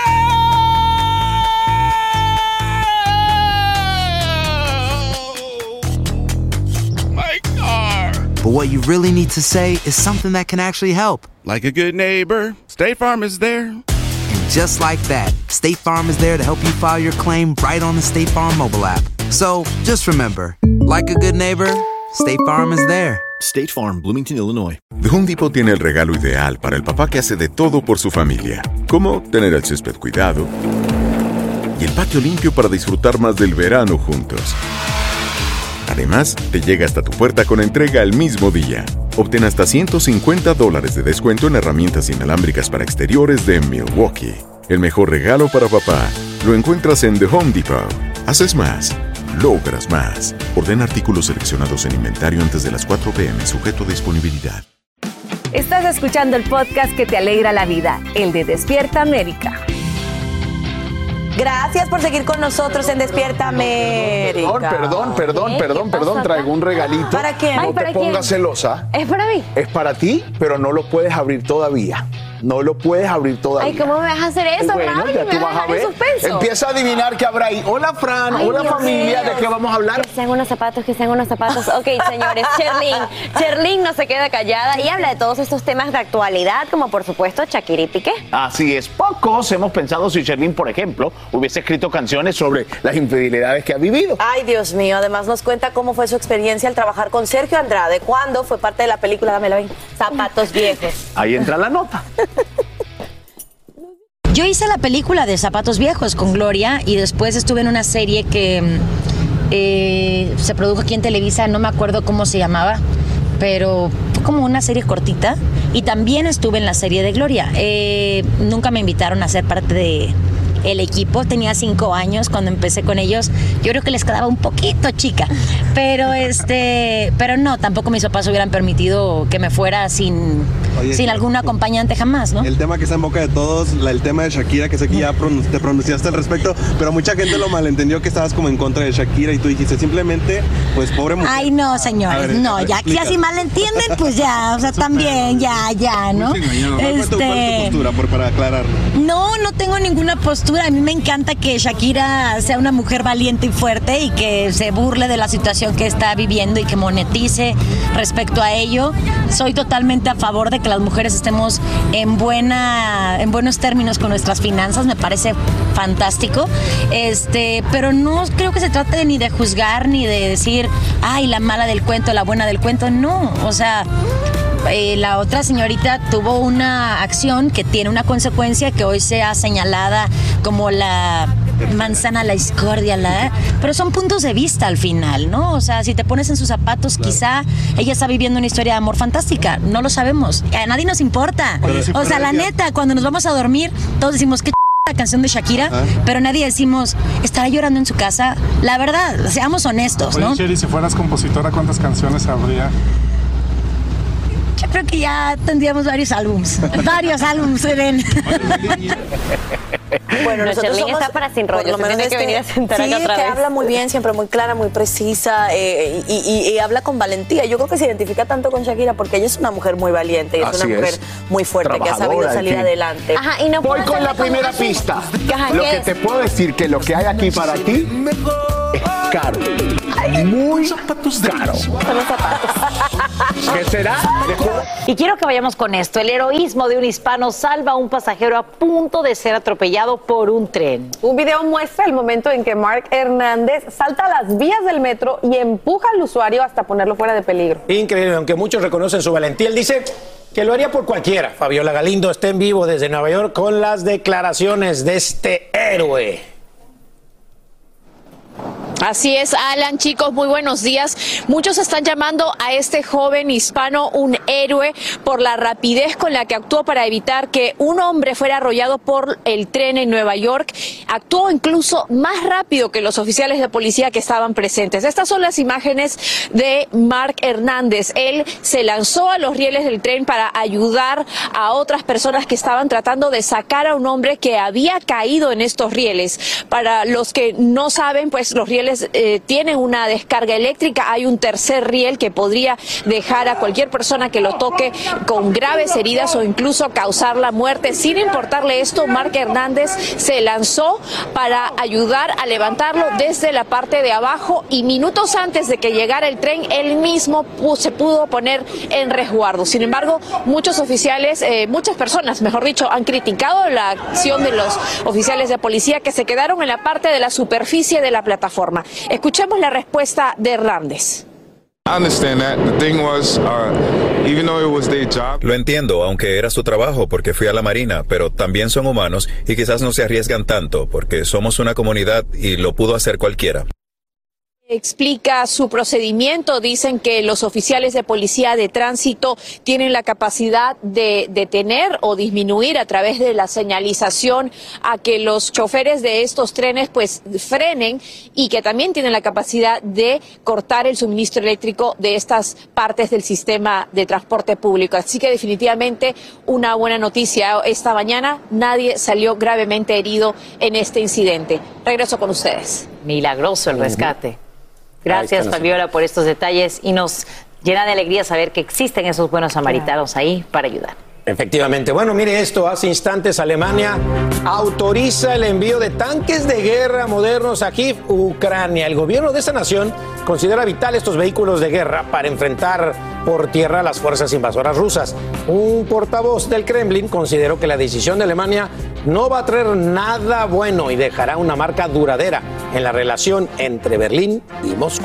My car! but what you really need to say is something that can actually help. Like a good neighbor, State Farm is there. And just like that, State Farm is there to help you file your claim right on the State Farm mobile app. So just remember, like a good neighbor, State Farm is there. State Farm, Bloomington, Illinois. The Home Depot tiene el regalo ideal para el papá que hace de todo por su familia. Como tener el césped cuidado y el patio limpio para disfrutar más del verano juntos. Además, te llega hasta tu puerta con entrega el mismo día. Obtén hasta ciento cincuenta dólares de descuento en herramientas inalámbricas para exteriores de Milwaukee. El mejor regalo para papá lo encuentras en The Home Depot. Haces más, logras más. Ordena artículos seleccionados en inventario antes de las cuatro p m, sujeto a disponibilidad. Estás escuchando el podcast que te alegra la vida, el de Despierta América. Gracias por seguir con nosotros en Despierta América. Perdón, perdón, perdón, perdón, perdón. Traigo un regalito. ¿Para quién? No Ay, te ¿para pongas quién? celosa. ¿Es para mí? Es para ti, pero no lo puedes abrir todavía. No lo puedes abrir todavía. Ay, ¿cómo me vas a hacer eso, Bueno, Raúl? ya Me tú vas vas a dejar en ver. suspenso. Empieza a adivinar qué habrá ahí. Hola, Fran. Ay, Hola, Dios familia. mío. ¿De qué vamos a hablar? Que sean unos zapatos, que sean unos zapatos. Ok, señores, Cherlyn. Cherlyn no se queda callada y habla de todos estos temas de actualidad, como por supuesto Shakira y Piqué. Así es, pocos hemos pensado si Cherlyn, por ejemplo, hubiese escrito canciones sobre las infidelidades que ha vivido. Ay, Dios mío. Además nos cuenta cómo fue su experiencia al trabajar con Sergio Andrade cuando fue parte de la película, dámela bien, Zapatos Viejos. Ahí entra la nota. Yo hice la película de Zapatos Viejos con Gloria y después estuve en una serie que eh, se produjo aquí en Televisa, no me acuerdo cómo se llamaba, pero fue como una serie cortita y también estuve en la serie de Gloria. Eh, nunca me invitaron a ser parte de el equipo, tenía cinco años cuando empecé con ellos, yo creo que les quedaba un poquito chica, pero este, pero no, tampoco mis papás hubieran permitido que me fuera sin, Oye, sin algún acompañante jamás, ¿no? El tema que está en boca de todos, la, el tema de Shakira, que sé que ya pronun- te pronunciaste al respecto, pero mucha gente lo malentendió que estabas como en contra de Shakira y tú dijiste simplemente, pues pobre mujer. Ay, no, señores, A ver, no, a ver, ya, explica. ya si mal entienden, pues ya, o sea, también, ya, ya, ¿no? Muy engañado. ¿Cuál fue tu- cuál es tu postura, por, para aclararlo? No, no tengo ninguna postura. A mí me encanta que Shakira sea una mujer valiente y fuerte y que se burle de la situación que está viviendo y que monetice respecto a ello. Soy totalmente a favor de que las mujeres estemos en buena, en buenos términos con nuestras finanzas. Me parece fantástico. Este, pero no creo que se trate ni de juzgar ni de decir, ay, la mala del cuento, la buena del cuento. No, o sea. Eh, la otra señorita tuvo una acción que tiene una consecuencia que hoy sea señalada como la manzana, la discordia, la, pero son puntos de vista al final, ¿no? O sea, si te pones en sus zapatos, claro, quizá ella está viviendo una historia de amor fantástica, no lo sabemos, a nadie nos importa. Si o sea, la ella... neta, cuando nos vamos a dormir, todos decimos que la canción de Shakira, ¿ah? Pero nadie decimos, ¿estará llorando en su casa? La verdad, seamos honestos, ¿no? Oye, Sherry, si fueras compositora, ¿cuántas canciones habría? Yo creo que ya tendríamos varios álbums. Varios álbums se ven. Bueno, no, nosotros somos, está para sin rollo, por lo menos tiene que este, venir a sentar sí, acá otra que vez. habla muy bien, siempre muy clara, muy precisa eh, y, y, y habla con valentía. Yo creo que se identifica tanto con Shakira porque ella es una mujer muy valiente y es Así una mujer es. muy fuerte que ha sabido salir adelante. Ajá, y no Voy con la primera pista. Ajá, Lo ¿qué que es? te puedo decir que lo que hay aquí para ti es caro. Muy caro. ¿Qué será? Y quiero que vayamos con esto. El heroísmo de un hispano salva a un pasajero a punto de ser atropellado por un tren. Un video muestra el momento en que Mark Hernández salta a las vías del metro y empuja al usuario hasta ponerlo fuera de peligro. Increíble, aunque muchos reconocen su valentía, él dice que lo haría por cualquiera. Fabiola Galindo está en vivo desde Nueva York con las declaraciones de este héroe. Así es, Alan, chicos, muy buenos días. Muchos están llamando a este joven hispano un héroe por la rapidez con la que actuó para evitar que un hombre fuera arrollado por el tren en Nueva York. Actuó incluso más rápido que los oficiales de policía que estaban presentes. Estas son las imágenes de Mark Hernández. Él se lanzó a los rieles del tren para ayudar a otras personas que estaban tratando de sacar a un hombre que había caído en estos rieles. Para los que no saben, pues los rieles Eh, tienen una descarga eléctrica. Hay un tercer riel que podría dejar a cualquier persona que lo toque con graves heridas o incluso causar la muerte. Sin importarle esto, Mark Hernández se lanzó para ayudar a levantarlo desde la parte de abajo y minutos antes de que llegara el tren, él mismo se pudo poner en resguardo. Sin embargo, muchos oficiales, eh, muchas personas, mejor dicho, han criticado la acción de los oficiales de policía que se quedaron en la parte de la superficie de la plataforma. Escuchemos la respuesta de Hernández. Lo entiendo, aunque era su trabajo porque fui a la Marina, pero también son humanos y quizás no se arriesgan tanto porque somos una comunidad y lo pudo hacer cualquiera. Explica su procedimiento. Dicen que los oficiales de policía de tránsito tienen la capacidad de detener o disminuir a través de la señalización a que los choferes de estos trenes pues frenen y que también tienen la capacidad de cortar el suministro eléctrico de estas partes del sistema de transporte público. Así que definitivamente una buena noticia. Esta mañana nadie salió gravemente herido en este incidente. Regreso con ustedes. Milagroso el rescate. Gracias, Fabiola, por estos detalles y nos llena de alegría saber que existen esos buenos samaritanos ahí para ayudar. Efectivamente. Bueno, mire esto, hace instantes Alemania autoriza el envío de tanques de guerra modernos a Kiev, Ucrania. El gobierno de esta nación considera vital estos vehículos de guerra para enfrentar por tierra a las fuerzas invasoras rusas. Un portavoz del Kremlin consideró que la decisión de Alemania no va a traer nada bueno y dejará una marca duradera en la relación entre Berlín y Moscú.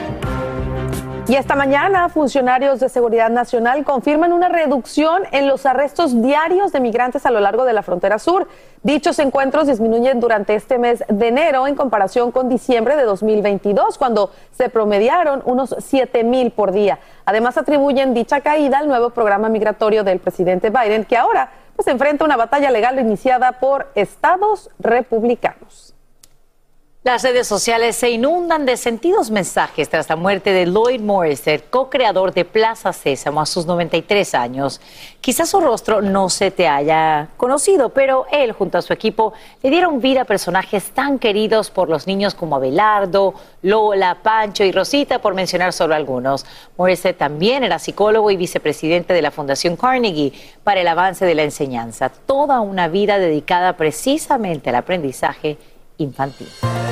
Y esta mañana, funcionarios de Seguridad Nacional confirman una reducción en los arrestos diarios de migrantes a lo largo de la frontera sur. Dichos encuentros disminuyen durante este mes de enero en comparación con diciembre de dos mil veintidós, cuando se promediaron unos siete mil por día. Además, atribuyen dicha caída al nuevo programa migratorio del presidente Biden, que ahora pues enfrenta una batalla legal iniciada por estados republicanos. Las redes sociales se inundan de sentidos mensajes tras la muerte de Lloyd Morris, el co-creador de Plaza Sésamo, a sus noventa y tres años. Quizás su rostro no se te haya conocido, pero él, junto a su equipo, le dieron vida a personajes tan queridos por los niños como Abelardo, Lola, Pancho y Rosita, por mencionar solo algunos. Morris también era psicólogo y vicepresidente de la Fundación Carnegie para el avance de la enseñanza. Toda una vida dedicada precisamente al aprendizaje infantil.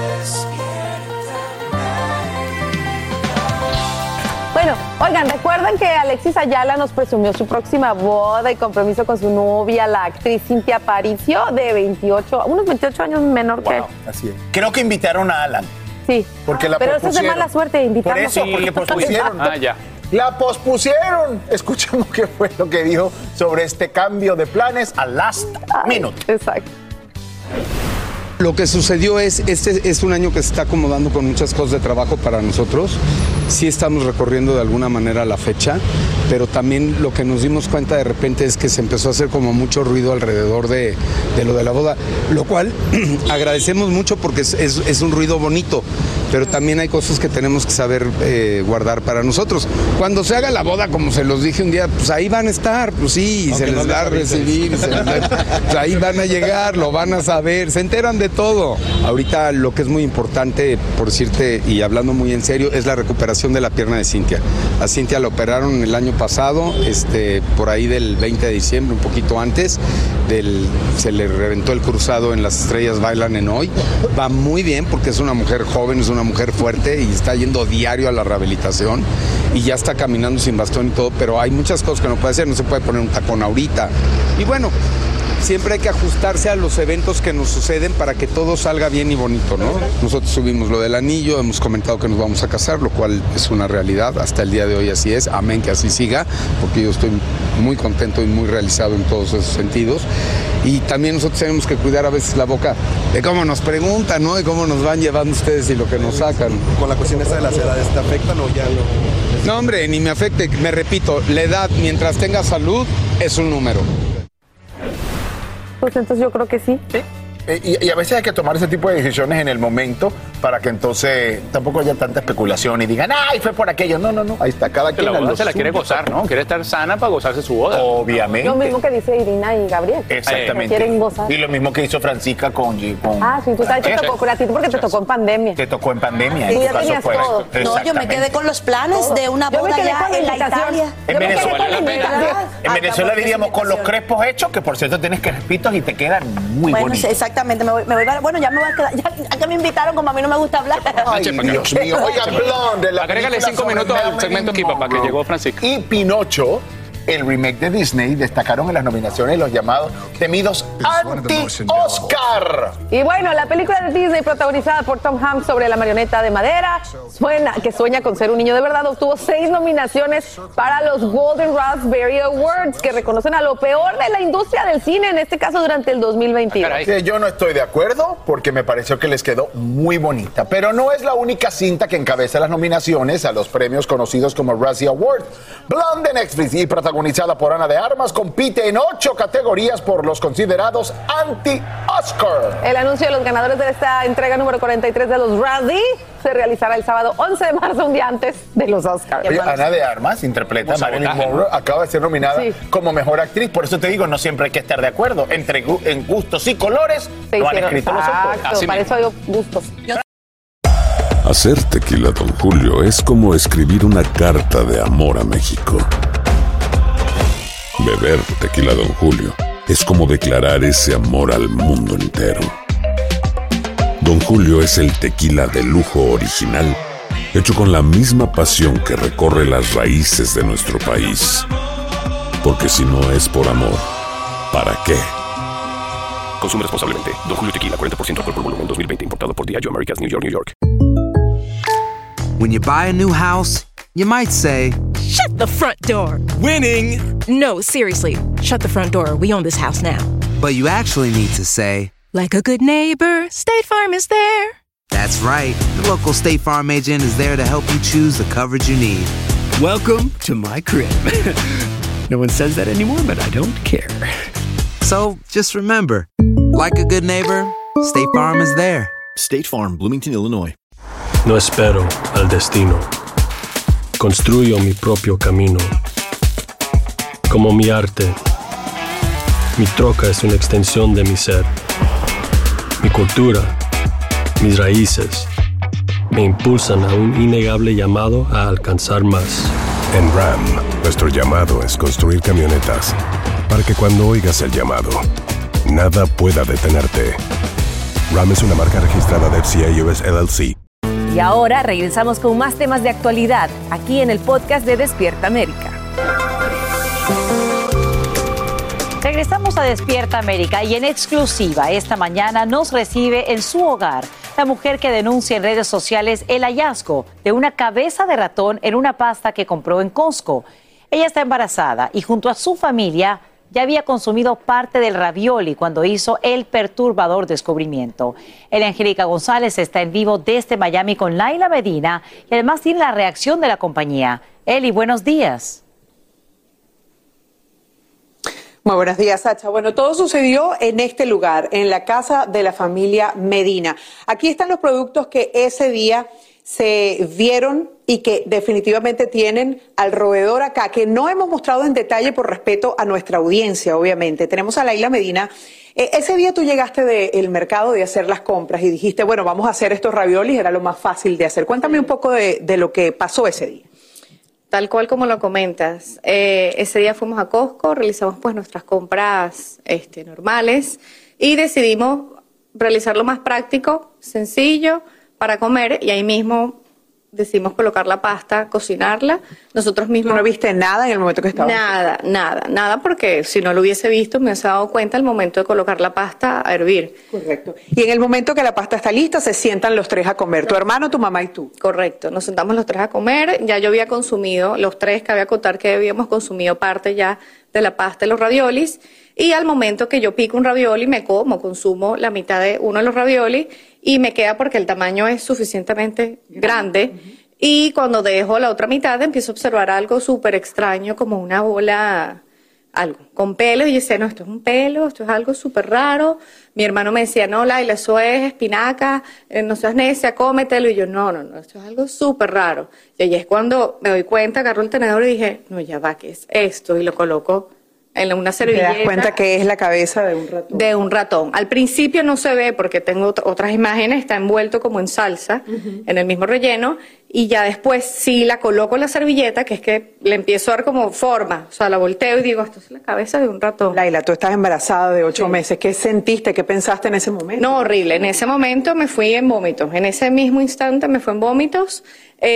Bueno, oigan, ¿recuerdan que Alexis Ayala nos presumió su próxima boda y compromiso con su novia, la actriz Cintia Aparicio, de veintiocho, unos veintiocho años menor wow, que... Así es. Creo que invitaron a Alan. Sí, porque la pero eso es de mala suerte, invitarlo. Por eso, porque pospusieron. Ah, ya. La pospusieron. Escuchemos qué fue lo que dijo sobre este cambio de planes al last minute. Ay, exacto. Lo que sucedió es, este es un año que se está acomodando con muchas cosas de trabajo para nosotros. Sí estamos recorriendo de alguna manera la fecha, pero también lo que nos dimos cuenta de repente es que se empezó a hacer como mucho ruido alrededor de, de lo de la boda, lo cual agradecemos mucho porque es, es, es un ruido bonito, pero también hay cosas que tenemos que saber eh, guardar para nosotros. Cuando se haga la boda, como se los dije un día, pues ahí van a estar, pues sí, y se les va a recibir, se les da, pues ahí van a llegar, lo van a saber, se enteran de todo. Ahorita lo que es muy importante, por decirte y hablando muy en serio, es la recuperación de la pierna de Cintia. A Cintia la operaron el año pasado, este, por ahí del veinte de diciembre, un poquito antes, del, se le reventó el cruzado en Las Estrellas Bailan en Hoy. Va muy bien porque es una mujer joven, es una mujer fuerte y está yendo diario a la rehabilitación y ya está caminando sin bastón y todo, pero hay muchas cosas que no puede hacer, no se puede poner un tacón ahorita. Y bueno, siempre hay que ajustarse a los eventos que nos suceden para que todo salga bien y bonito, ¿no? Nosotros subimos lo del anillo, hemos comentado que nos vamos a casar, lo cual es una realidad, hasta el día de hoy así es, amén que así siga, porque yo estoy muy contento y muy realizado en todos esos sentidos. Y también nosotros tenemos que cuidar a veces la boca de cómo nos preguntan, ¿no? Y cómo nos van llevando ustedes y lo que nos sacan. Con la cuestión esta de las edades, ¿te afectan o ya no? No, hombre, ni me afecte. Me repito, la edad, mientras tenga salud, es un número. Pues entonces yo creo que sí. Sí. Y, y a veces hay que tomar ese tipo de decisiones en el momento para que entonces tampoco haya tanta especulación y digan, ¡ay, fue por aquello! No, no, no. Ahí está, cada quien. La boda se la quiere gozar, ¿no? Quiere estar sana para gozarse su boda. Obviamente. Lo mismo que dice Irina y Gabriel. Exactamente. Quieren gozar. Y lo mismo que hizo Francisca con... con ah, sí, tú sabes que te tocó a ti porque te tocó en pandemia. Te tocó en pandemia. Sí, en ya tu caso tenías fue. todo. No, yo me quedé con los planes Todo. de una Yo me boda quedé ya con la en la invitación. Italia. En Yo me Venezuela, quedé con la invitación. en Venezuela diríamos con los crespos hechos, que por cierto tienes crespitos y te quedan muy bueno, bonitos. Sí, exactamente. Me voy, me voy a, bueno, ya me voy a quedar. Ya, ya que me invitaron, como a mí no me gusta hablar. Ay, Dios mío. Oiga, Blonde, la Agrégale cinco minutos al segmento aquí, papá, que llegó Francisco. Y Pinocho, el remake de Disney, destacaron en las nominaciones los llamados temidos anti-Oscar. Y bueno, la película de Disney protagonizada por Tom Hanks sobre la marioneta de madera, suena, que sueña con ser un niño de verdad, obtuvo seis nominaciones para los Golden Raspberry Awards, que reconocen a lo peor de la industria del cine, en este caso durante el dos mil veintidós. Sí, yo no estoy de acuerdo porque me pareció que les quedó muy bonita, pero no es la única cinta que encabeza las nominaciones a los premios conocidos como Razzie Awards. Blonde de Netflix y protagonizada por Ana de Armas, compite en ocho categorías por los considerados anti-Oscar. El anuncio de los ganadores de esta entrega número cuarenta y tres de los Razzie se realizará el sábado once de marzo, un día antes de los Oscars. Oye, Ana de Armas interpreta a Marilyn Monroe, acaba de ser nominada sí. como mejor actriz, por eso te digo, no siempre hay que estar de acuerdo. Entre gu en gustos y colores se lo hicieron. han escrito los autores. Exacto, para eso hay gustos. Hacer tequila Don Julio es como escribir una carta de amor a México. Beber tequila Don Julio es como declarar ese amor al mundo entero. Don Julio es el tequila de lujo original, hecho con la misma pasión que recorre las raíces de nuestro país. Porque si no es por amor, ¿para qué? Consume responsablemente. Don Julio Tequila, cuarenta por ciento alcohol por volumen, dos mil veinte. Importado por Diageo Americas, New York, New York. When you buy a new house, you might say, "Shut the front door." Winning. No, seriously. Shut the front door. We own this house now. But you actually need to say, like a good neighbor, State Farm is there. That's right. The local State Farm agent is there to help you choose the coverage you need. Welcome to my crib. No one says that anymore, but I don't care. So just remember, like a good neighbor, State Farm is there. State Farm, Bloomington, Illinois. No espero al destino. Construyo mi propio camino. Como mi arte, mi troca es una extensión de mi ser. Mi cultura, mis raíces, me impulsan a un innegable llamado a alcanzar más. En Ram, nuestro llamado es construir camionetas para que cuando oigas el llamado, nada pueda detenerte. Ram es una marca registrada de F C A U S L L C. Y ahora regresamos con más temas de actualidad, aquí en el podcast de Despierta América. Regresamos a Despierta América y en exclusiva esta mañana nos recibe en su hogar la mujer que denuncia en redes sociales el hallazgo de una cabeza de ratón en una pasta que compró en Costco. Ella está embarazada y junto a su familia ya había consumido parte del ravioli cuando hizo el perturbador descubrimiento. El Angélica González está en vivo desde Miami con Laila Medina y además tiene la reacción de la compañía. Eli, buenos días. Muy buenos días, Sacha. Bueno, todo sucedió en este lugar, en la casa de la familia Medina. Aquí están los productos que ese día se vieron y que definitivamente tienen al roedor acá, que no hemos mostrado en detalle por respeto a nuestra audiencia, obviamente. Tenemos a Laila Medina. Eh, ese día tú llegaste del mercado de hacer las compras y dijiste, bueno, vamos a hacer estos raviolis, era lo más fácil de hacer. Cuéntame un poco de, de lo que pasó ese día. Tal cual como lo comentas, eh, ese día fuimos a Costco, realizamos pues nuestras compras este, normales y decidimos realizar lo más práctico, sencillo, para comer y ahí mismo decidimos colocar la pasta, cocinarla. Nosotros mismos... ¿No viste nada en el momento que estaba? Nada, nada, nada, porque si no lo hubiese visto me hubiese dado cuenta al momento de colocar la pasta a hervir. Correcto. Y en el momento que la pasta está lista, se sientan los tres a comer, tu hermano, tu mamá y tú. Correcto, nos sentamos los tres a comer. Ya yo había consumido, los tres, cabe acotar que habíamos consumido parte ya de la pasta y los raviolis. Y al momento que yo pico un ravioli, me como, consumo la mitad de uno de los raviolis y me queda porque el tamaño es suficientemente grande. Uh-huh. Y cuando dejo la otra mitad, empiezo a observar algo súper extraño, como una bola, algo, con pelos. Y yo decía, no, esto es un pelo, esto es algo súper raro. Mi hermano me decía, no, Laila, eso es espinaca, eh, no seas necia, cómetelo. Y yo, no, no, no, esto es algo súper raro. Y ahí es cuando me doy cuenta, agarro el tenedor y dije, no, ya va, ¿qué es esto? Y lo coloco en una servilleta. ¿Te das cuenta que es la cabeza de un ratón? De un ratón. Al principio no se ve porque tengo otras imágenes, está envuelto como en salsa, uh-huh. en el mismo relleno, y ya después sí la coloco en la servilleta, que es que le empiezo a dar como forma, o sea, la volteo y digo, esto es la cabeza de un ratón. Laila, tú estás embarazada de ocho sí. meses, ¿qué sentiste, qué pensaste en ese momento? No, horrible, en ese momento me fui en vómitos, en ese mismo instante me fue en vómitos,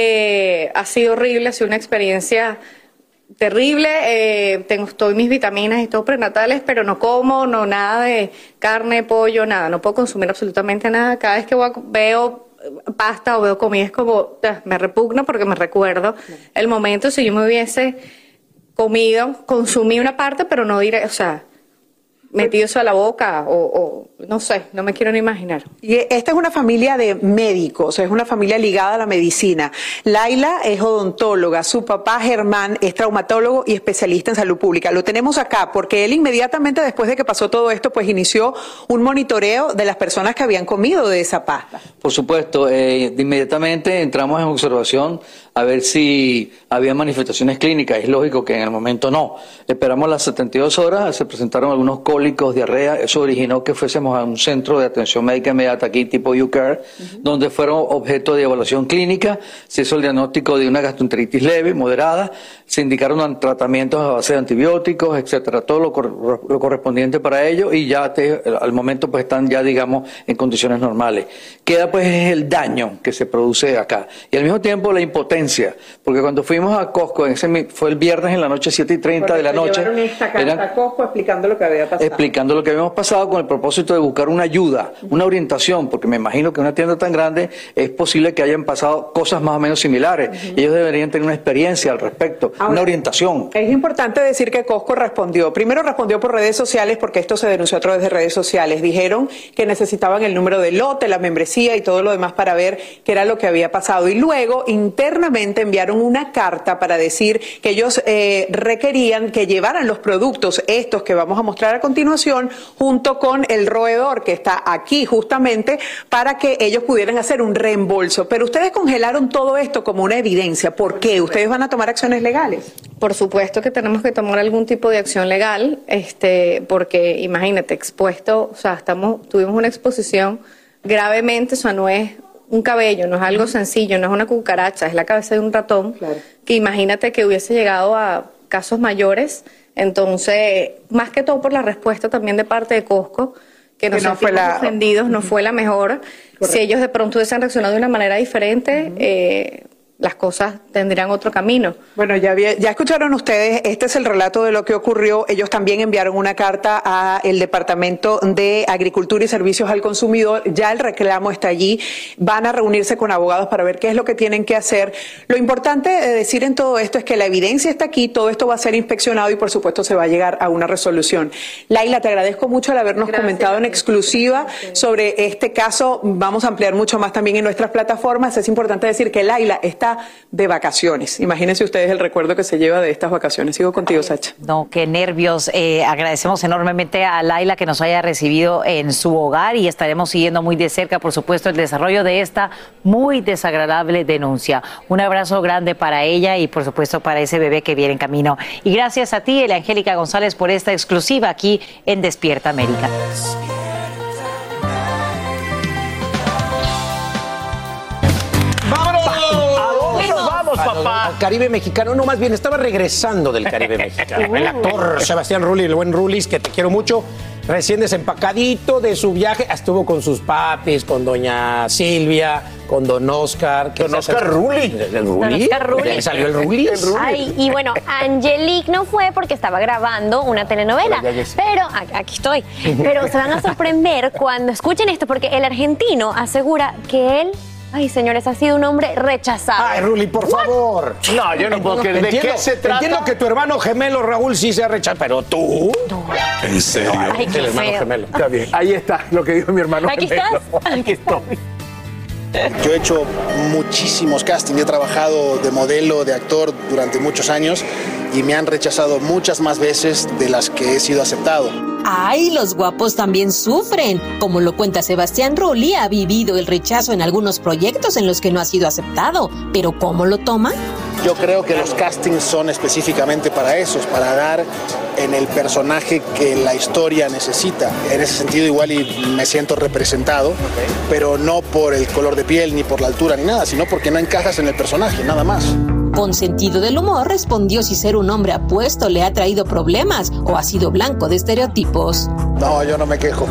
eh, ha sido horrible, ha sido una experiencia terrible, eh, tengo estoy mis vitaminas y todo prenatales, pero no como, no nada de carne, pollo, nada, no puedo consumir absolutamente nada. Cada vez que voy a, veo pasta o veo comida es como, me repugna porque me recuerdo el momento si yo me hubiese comido, consumí una parte, pero no diré, o sea, metido eso a la boca o, o no sé, no me quiero ni imaginar. Y esta es una familia de médicos, es una familia ligada a la medicina. Laila es odontóloga, su papá Germán es traumatólogo y especialista en salud pública. Lo tenemos acá porque él inmediatamente después de que pasó todo esto, pues inició un monitoreo de las personas que habían comido de esa pasta. Por supuesto, eh, de inmediatamente entramos en observación a ver si había manifestaciones clínicas. Es lógico que en el momento no. Esperamos las setenta y dos horas, se presentaron algunos cólicos, diarrea. Eso originó que fuésemos a un centro de atención médica inmediata aquí tipo UCARE, uh-huh. donde fueron objeto de evaluación clínica. Se hizo el diagnóstico de una gastroenteritis leve, moderada. Se indicaron tratamientos a base de antibióticos, etcétera. Todo lo, cor lo correspondiente para ello y ya te, al momento pues están ya digamos en condiciones normales. Queda pues el daño que se produce acá. Y al mismo tiempo la impotencia. Porque cuando fuimos a Costco, ese fue el viernes en la noche, siete y treinta de la noche. Llevaron esta carta a Costco explicando lo que había pasado. Explicando lo que habíamos pasado con el propósito de buscar una ayuda, una orientación, porque me imagino que en una tienda tan grande es posible que hayan pasado cosas más o menos similares. Uh-huh. Ellos deberían tener una experiencia al respecto, Ahora, una orientación. Es importante decir que Costco respondió. Primero respondió por redes sociales, porque esto se denunció a través de redes sociales. Dijeron que necesitaban el número del lote, la membresía y todo lo demás para ver qué era lo que había pasado. Y luego, internamente, enviaron una carta para decir que ellos eh, requerían que llevaran los productos, estos que vamos a mostrar a continuación, junto con el roedor que está aquí justamente, para que ellos pudieran hacer un reembolso. Pero ustedes congelaron todo esto como una evidencia. ¿Por qué? ¿Ustedes van a tomar acciones legales? Por supuesto que tenemos que tomar algún tipo de acción legal, este, porque imagínate, expuesto, o sea, estamos, tuvimos una exposición gravemente, o sea, no es un cabello, no es algo sencillo, no es una cucaracha, es la cabeza de un ratón, claro. Que imagínate que hubiese llegado a casos mayores. Entonces, más que todo por la respuesta también de parte de Costco, que nos sentimos no ofendidos, no fue la mejor. Correcto. Si ellos de pronto hubiesen reaccionado de una manera diferente, uh-huh. eh, las cosas tendrían otro camino. Bueno, ya, ya escucharon ustedes, este es el relato de lo que ocurrió. Ellos también enviaron una carta al Departamento de Agricultura y Servicios al Consumidor. Ya el reclamo está allí. Van a reunirse con abogados para ver qué es lo que tienen que hacer. Lo importante de decir en todo esto es que la evidencia está aquí, todo esto va a ser inspeccionado y por supuesto se va a llegar a una resolución. Laila, te agradezco mucho el habernos Gracias. comentado en exclusiva sobre este caso. Vamos a ampliar mucho más también en nuestras plataformas. Es importante decir que Laila está de vacaciones. Imagínense ustedes el recuerdo que se lleva de estas vacaciones. Sigo contigo, Sacha. No, qué nervios. Eh, agradecemos enormemente a Laila que nos haya recibido en su hogar y estaremos siguiendo muy de cerca, por supuesto, el desarrollo de esta muy desagradable denuncia. Un abrazo grande para ella y, por supuesto, para ese bebé que viene en camino. Y gracias a ti, Angélica González, por esta exclusiva aquí en Despierta América. Papá. Al Caribe mexicano, no, más bien estaba regresando del Caribe mexicano. El actor Sebastián Rulli, el buen Rulis, que te quiero mucho. recién desempacadito de su viaje, estuvo con sus papis, con doña Silvia, con don Oscar. Don Oscar Rulli. ¿El Rulli? Don Oscar Rulli. ¿Ahí salió el Rulli? El Rulli. Ay, y bueno, Angelique no fue porque estaba grabando una telenovela. Pero ya, ya sí. Pero, a- aquí estoy. Pero se van a sorprender cuando escuchen esto, porque el argentino asegura que él, ay, señores, ha sido un hombre rechazado. Ay, Rulli, por favor. No, yo no puedo creer. ¿De Entiendo- qué se trata? Entiendo que tu hermano gemelo Raúl sí se ha rechazado, pero tú. ¿En serio? Ay, qué el hermano feo. gemelo. Está bien, ahí está lo que dijo mi hermano. Aquí gemelo. estás. Aquí estoy. Yo he hecho muchísimos castings, he trabajado de modelo, de actor durante muchos años y me han rechazado muchas más veces de las que he sido aceptado. Ay, los guapos también sufren. Como lo cuenta Sebastián Rulli, ha vivido el rechazo en algunos proyectos en los que no ha sido aceptado. Pero ¿cómo lo toma? Yo creo que los castings son específicamente para eso, para dar en el personaje que la historia necesita. En ese sentido igual y me siento representado, pero no por el color de piel, ni por la altura, ni nada, sino porque no encajas en el personaje, nada más. Con sentido del humor respondió si ser un hombre apuesto le ha traído problemas o ha sido blanco de estereotipos. No, yo no me quejo.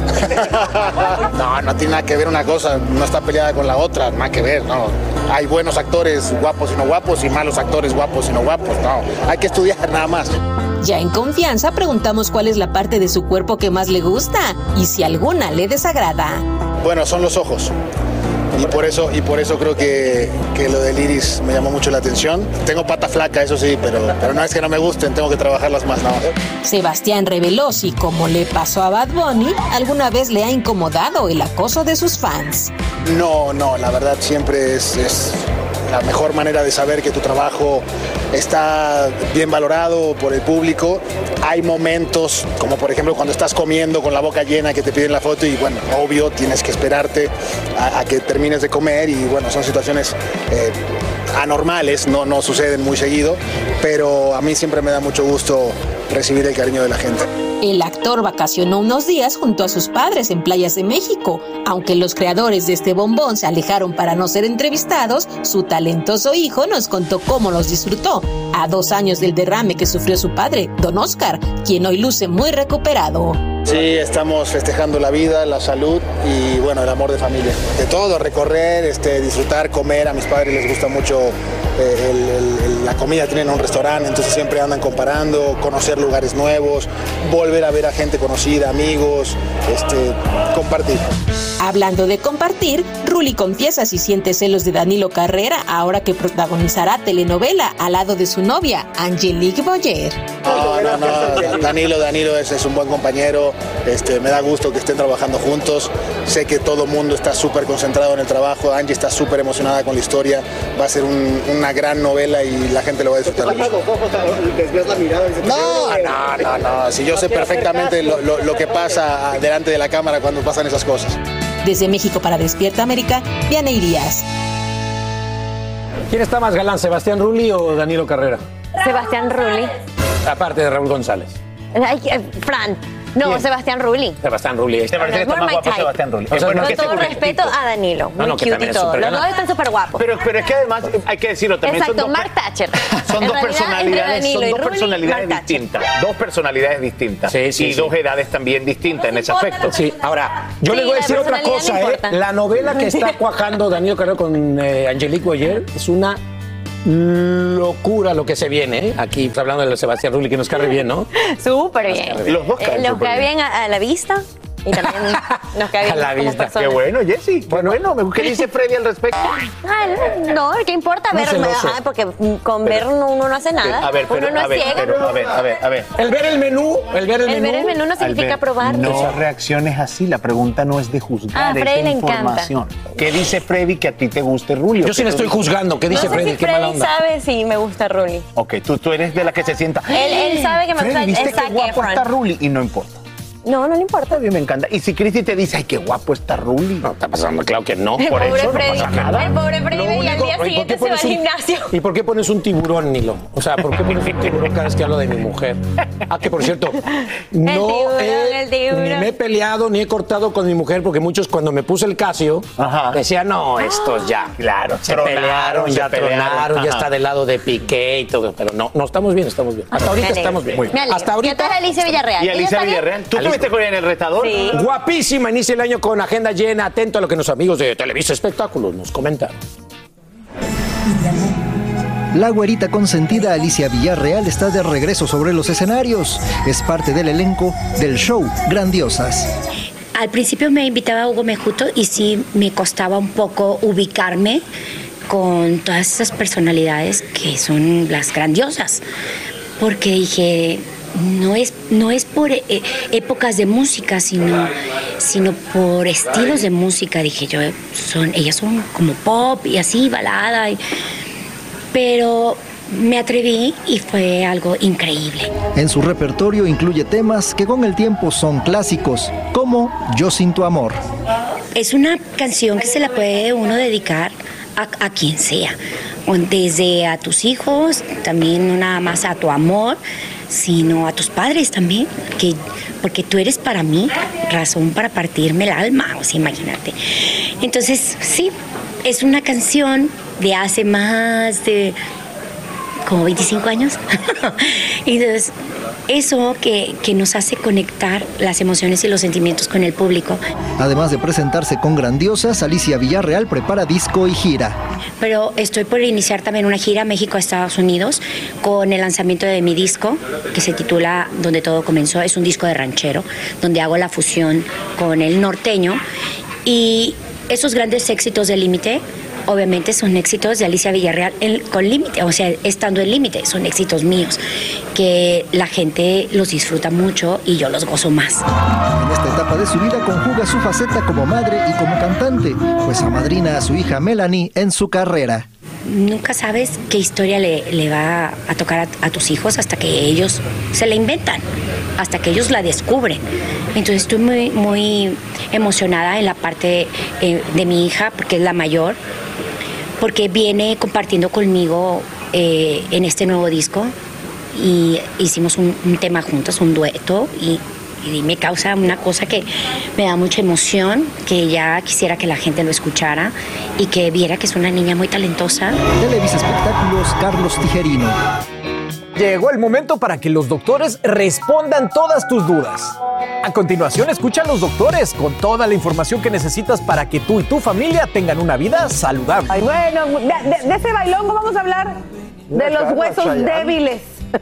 No, no tiene nada que ver una cosa, no está peleada con la otra, nada que ver, no. Hay buenos actores guapos y no guapos y malos actores guapos y no guapos, no. Hay que estudiar nada más. Ya en confianza preguntamos cuál es la parte de su cuerpo que más le gusta y si alguna le desagrada. Bueno, son los ojos. Y por eso, y por eso creo que, que lo del iris me llamó mucho la atención. Tengo pata flaca, eso sí, pero, pero no es que no me gusten, tengo que trabajarlas más, no. Sebastián reveló si, como le pasó a Bad Bunny, alguna vez le ha incomodado el acoso de sus fans. No, no, la verdad siempre es, es la mejor manera de saber que tu trabajo está bien valorado por el público. Hay momentos, como por ejemplo cuando estás comiendo con la boca llena que te piden la foto y bueno, obvio, tienes que esperarte a, a que termines de comer y bueno, son situaciones eh, anormales, no, no suceden muy seguido, pero a mí siempre me da mucho gusto recibir el cariño de la gente. El actor vacacionó unos días junto a sus padres en playas de México. Aunque los creadores de este bombón se alejaron para no ser entrevistados, su talentoso hijo nos contó cómo los disfrutó, a dos años del derrame que sufrió su padre, don Oscar, quien hoy luce muy recuperado. Sí, estamos festejando la vida, la salud y bueno, el amor de familia. De todo, recorrer, este, disfrutar, comer. A mis padres les gusta mucho eh, el- el- el- la comida, tienen un restaurante, entonces siempre andan comparando, conocer lugares nuevos, volver a ver a gente conocida, amigos, este, compartir. Hablando de compartir, Rulli confiesa si siente celos de Danilo Carrera ahora que protagonizará telenovela al lado de su novia, Angelique Boyer. No, no, no, Danilo, Danilo es, es un buen compañero, este, me da gusto que estén trabajando juntos, sé que todo el mundo está súper concentrado en el trabajo, Angie está súper emocionada con la historia, va a ser un- una gran novela y la gente lo va a disfrutar mucho. No, no, no, no, si yo sé perfectamente lo, lo- lo que pasa delante de la cámara cuando pasan esas cosas. Desde México para Despierta América, Diana Irías. ¿Quién está más galán, Sebastián Rulli o Danilo Carrera? Sebastián Rulli. Aparte de Raúl González. Ay, eh, Fran. No, ¿Quién? Sebastián Rulli. Sebastián Rulli. Se parece que está más guapo Sebastián Rulli. O sea, Bueno, no- que Con todo este respeto a Danilo. No, Muy no, que cute también y es todo. súper Los galán. dos están súper guapos. Pero, pero es que además hay que decirlo también. Exacto, son dos, Mark Thatcher. son En dos realidad, entre personalidades, Danilo son y dos Rulli, personalidades Mark Thatcher. distintas. Dos personalidades distintas. Sí, sí, y sí. dos edades también distintas en ese aspecto. Sí, ahora, yo Sí, les voy a la decir otra personalidad cosa, no ¿eh? importa. La novela que está cuajando Danilo Carrera con eh, Angelique Boyer es una locura lo que se viene, ¿eh? Aquí está hablando de Sebastián Rulli, que nos cae bien, ¿no? Súper bien. Los dos caen Eh, Nos súper cae bien. bien a, a la vista y también nos cae bien A la como vista. personas. Qué bueno, Jessy. Qué bueno. ¿Qué dice Freddy al respecto? Ay, no, ¿qué importa No ver? celoso. Ay, porque con ver uno, uno no hace nada. A ver, pero, uno no a es ver, ciego. pero, a ver, a ver, a ver. El ver el menú, el ver el, El menú. ver el menú no significa Albert, probar. No reacciones así. La pregunta no es de juzgar, Ah, es Freddy de le encanta. información. ¿Qué dice Freddy que a ti te guste Rulli? Yo sí le estoy juzgando. ¿Qué No dice sé Freddy? si Qué mala Freddy onda. sabe si me gusta Rulli. Ok, tú, tú eres de la que se sienta. Él, él sabe que me Freddy, gusta ¿viste es qué Zac guapo Efron. está Rulli? Y no importa. No, no le importa. A mí me encanta. Y si Cristi te dice, ay, qué guapo está Rulli. No, está pasando, claro que no. El Por pobre eso Freddy. no pasa nada. El pobre Freddy Lo y al único- día ¿y por qué siguiente se va pones al un- gimnasio. ¿Y por qué pones un tiburón, Nilo? O sea, ¿por qué pones un tiburón cada vez que hablo de mi mujer? Ah, que por cierto, no tiburón, he, el tiburón. ni me he peleado ni he cortado con mi mujer porque muchos cuando me puse el Casio decían, no, estos ya. Claro, Se tronaron, pelearon, se ya pelearon. tronaron, ya Ajá. está del lado de Piqué y todo. Pero no, no, estamos bien, estamos bien. Hasta ahorita Me alegro. estamos bien. Me alegro. Hasta ahorita. ¿Qué tal Alicia Villarreal? Y ¿Ella Alicia está bien? Villarreal. ¿Tú Alicia fuiste con ella en el restador? Sí. Guapísima, inicia el año con agenda llena. Atento a lo que los amigos de Televisa Espectáculos nos comentan. La güerita consentida Alicia Villarreal está de regreso sobre los escenarios. Es parte del elenco del show Grandiosas. Al principio me invitaba Hugo Mejuto y sí me costaba un poco ubicarme con todas esas personalidades que son las grandiosas. Porque dije, no es, no es por eh, épocas de música, sino, sino por estilos de música. Dije yo, son, ellas son como pop y así, balada. Y, pero me atreví y fue algo increíble. En su repertorio incluye temas que con el tiempo son clásicos, como Yo sin tu amor. Es una canción que se la puede uno dedicar a, a quien sea, desde a tus hijos, también no nada más a tu amor, sino a tus padres también, que, porque tú eres para mí razón para partirme el alma, o sea, imagínate. Entonces, sí, es una canción de hace más de como veinticinco años. Entonces, eso que, que nos hace conectar las emociones y los sentimientos con el público. Además de presentarse con Grandiosas, Alicia Villarreal prepara disco y gira. Pero estoy por iniciar también una gira México-Estados Unidos con el lanzamiento de mi disco, que se titula Donde todo comenzó. Es un disco de ranchero, donde hago la fusión con el norteño. Y esos grandes éxitos del Límite, obviamente son éxitos de Alicia Villarreal en, con Límite, o sea, estando en Límite, son éxitos míos, que la gente los disfruta mucho y yo los gozo más. En esta etapa de su vida conjuga su faceta como madre y como cantante, pues amadrina a su hija Melanie en su carrera. Nunca sabes qué historia le, le va a tocar a, a tus hijos hasta que ellos se la inventan, hasta que ellos la descubren. Entonces estoy muy, muy emocionada en la parte eh, de mi hija, porque es la mayor, porque viene compartiendo conmigo eh, en este nuevo disco y hicimos un, un tema juntos, un dueto, y, y me causa una cosa que me da mucha emoción, que ya quisiera que la gente lo escuchara y que viera que es una niña muy talentosa. Televisa Espectáculos, Carlos Tijerino. Llegó el momento para que los doctores respondan todas tus dudas. A continuación, escucha a los doctores con toda la información que necesitas para que tú y tu familia tengan una vida saludable. Ay, bueno, de, de, de ese bailongo vamos a hablar de los huesos débiles.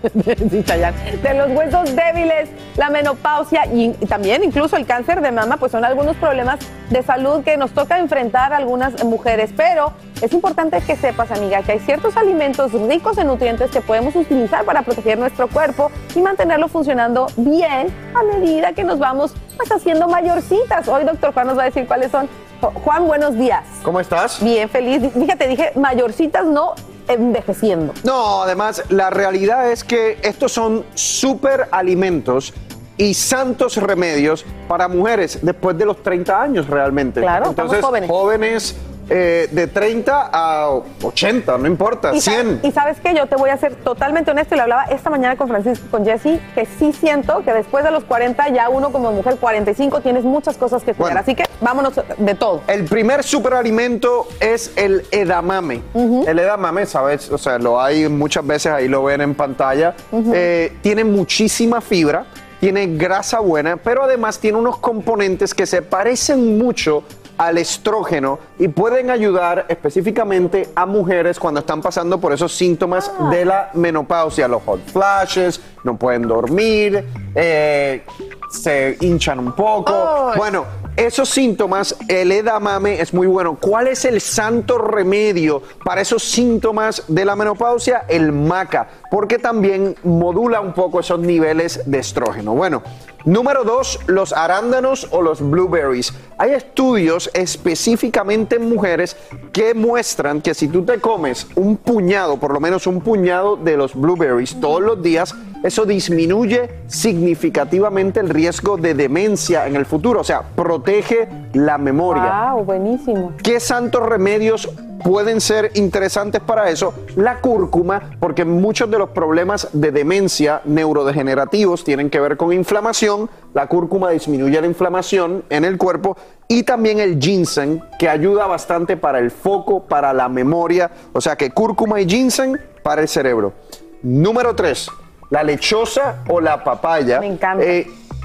De los huesos débiles, la menopausia y, y también incluso el cáncer de mama, pues son algunos problemas de salud que nos toca enfrentar a algunas mujeres. Pero es importante que sepas, amiga, que hay ciertos alimentos ricos en nutrientes que podemos utilizar para proteger nuestro cuerpo y mantenerlo funcionando bien a medida que nos vamos pues, haciendo mayorcitas. Hoy doctor Juan nos va a decir cuáles son. Juan, buenos días. ¿Cómo estás? Bien, feliz. Fíjate, dije mayorcitas, no envejeciendo. No, además, la realidad es que estos son súper alimentos y santos remedios para mujeres después de los treinta años realmente. Claro, entonces estamos jóvenes. jóvenes eh, de treinta a ochenta, no importa, y cien. Sabes, y sabes que yo te voy a ser totalmente honesto, y le hablaba esta mañana con Francisco, con Jessy, que sí siento que después de los cuarenta ya uno como mujer cuarenta y cinco tienes muchas cosas que cuidar, bueno, así que vámonos de todo. El primer superalimento es el edamame. Uh-huh. El edamame, ¿sabes? O sea, lo hay muchas veces, ahí lo ven en pantalla. Uh-huh. eh, tiene muchísima fibra, tiene grasa buena, pero además tiene unos componentes que se parecen mucho al estrógeno y pueden ayudar específicamente a mujeres cuando están pasando por esos síntomas ah. de la menopausia, los hot flashes, no pueden dormir, eh, se hinchan un poco. Oh. Bueno, esos síntomas, el edamame es muy bueno. ¿Cuál es el santo remedio para esos síntomas de la menopausia? El maca, porque también modula un poco esos niveles de estrógeno. Bueno, número dos, los arándanos o los blueberries. Hay estudios específicamente en mujeres que muestran que si tú te comes un puñado, por lo menos un puñado de los blueberries todos los días, eso disminuye significativamente el riesgo de demencia en el futuro. O sea, protege la memoria. ¡Wow! Buenísimo. ¿Qué santos remedios pueden ser interesantes para eso? La cúrcuma, porque muchos de los problemas de demencia neurodegenerativos tienen que ver con inflamación. La cúrcuma disminuye la inflamación en el cuerpo. Y también el ginseng, que ayuda bastante para el foco, para la memoria. O sea que cúrcuma y ginseng para el cerebro. Número tres, la lechosa o la papaya. Me encanta. Eh,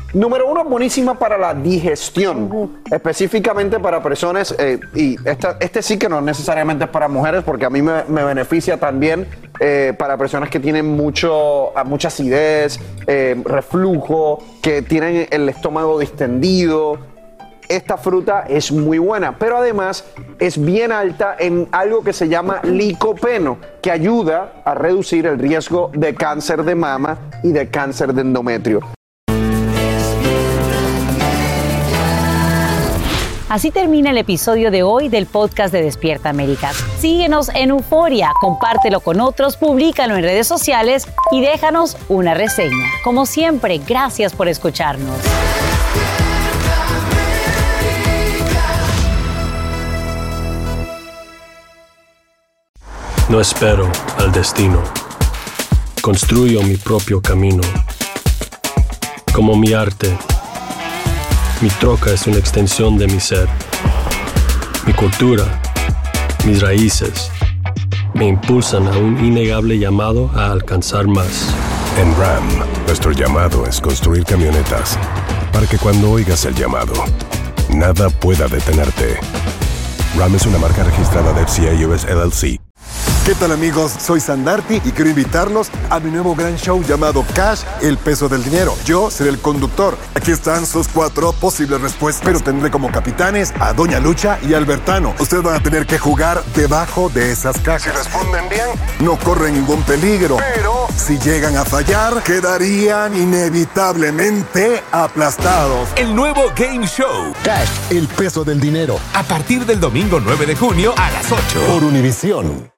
Número uno, buenísima para la digestión, uh-huh. específicamente para personas, eh, y esta, este sí que no necesariamente es para mujeres, porque a mí me, me beneficia también eh, para personas que tienen mucho, mucha acidez, eh, reflujo, que tienen el estómago distendido. Esta fruta es muy buena, pero además es bien alta en algo que se llama licopeno, que ayuda a reducir el riesgo de cáncer de mama y de cáncer de endometrio. Así termina el episodio de hoy del podcast de Despierta América. Síguenos en Euforia, compártelo con otros, públicalo en redes sociales y déjanos una reseña. Como siempre, gracias por escucharnos. No espero al destino. Construyo mi propio camino. Como mi arte, mi troca es una extensión de mi ser. Mi cultura, mis raíces, me impulsan a un innegable llamado a alcanzar más. En Ram, nuestro llamado es construir camionetas para que cuando oigas el llamado, nada pueda detenerte. Ram es una marca registrada de F C A U S L L C. ¿Qué tal, amigos? Soy Sandarti y quiero invitarlos a mi nuevo gran show llamado Cash, el peso del dinero. Yo seré el conductor. Aquí están sus cuatro posibles respuestas, pero tendré como capitanes a Doña Lucha y Albertano. Ustedes van a tener que jugar debajo de esas cajas. Si responden bien, no corren ningún peligro, pero si llegan a fallar, quedarían inevitablemente aplastados. El nuevo Game Show Cash, el peso del dinero, a partir del domingo nueve de junio a las ocho por Univisión.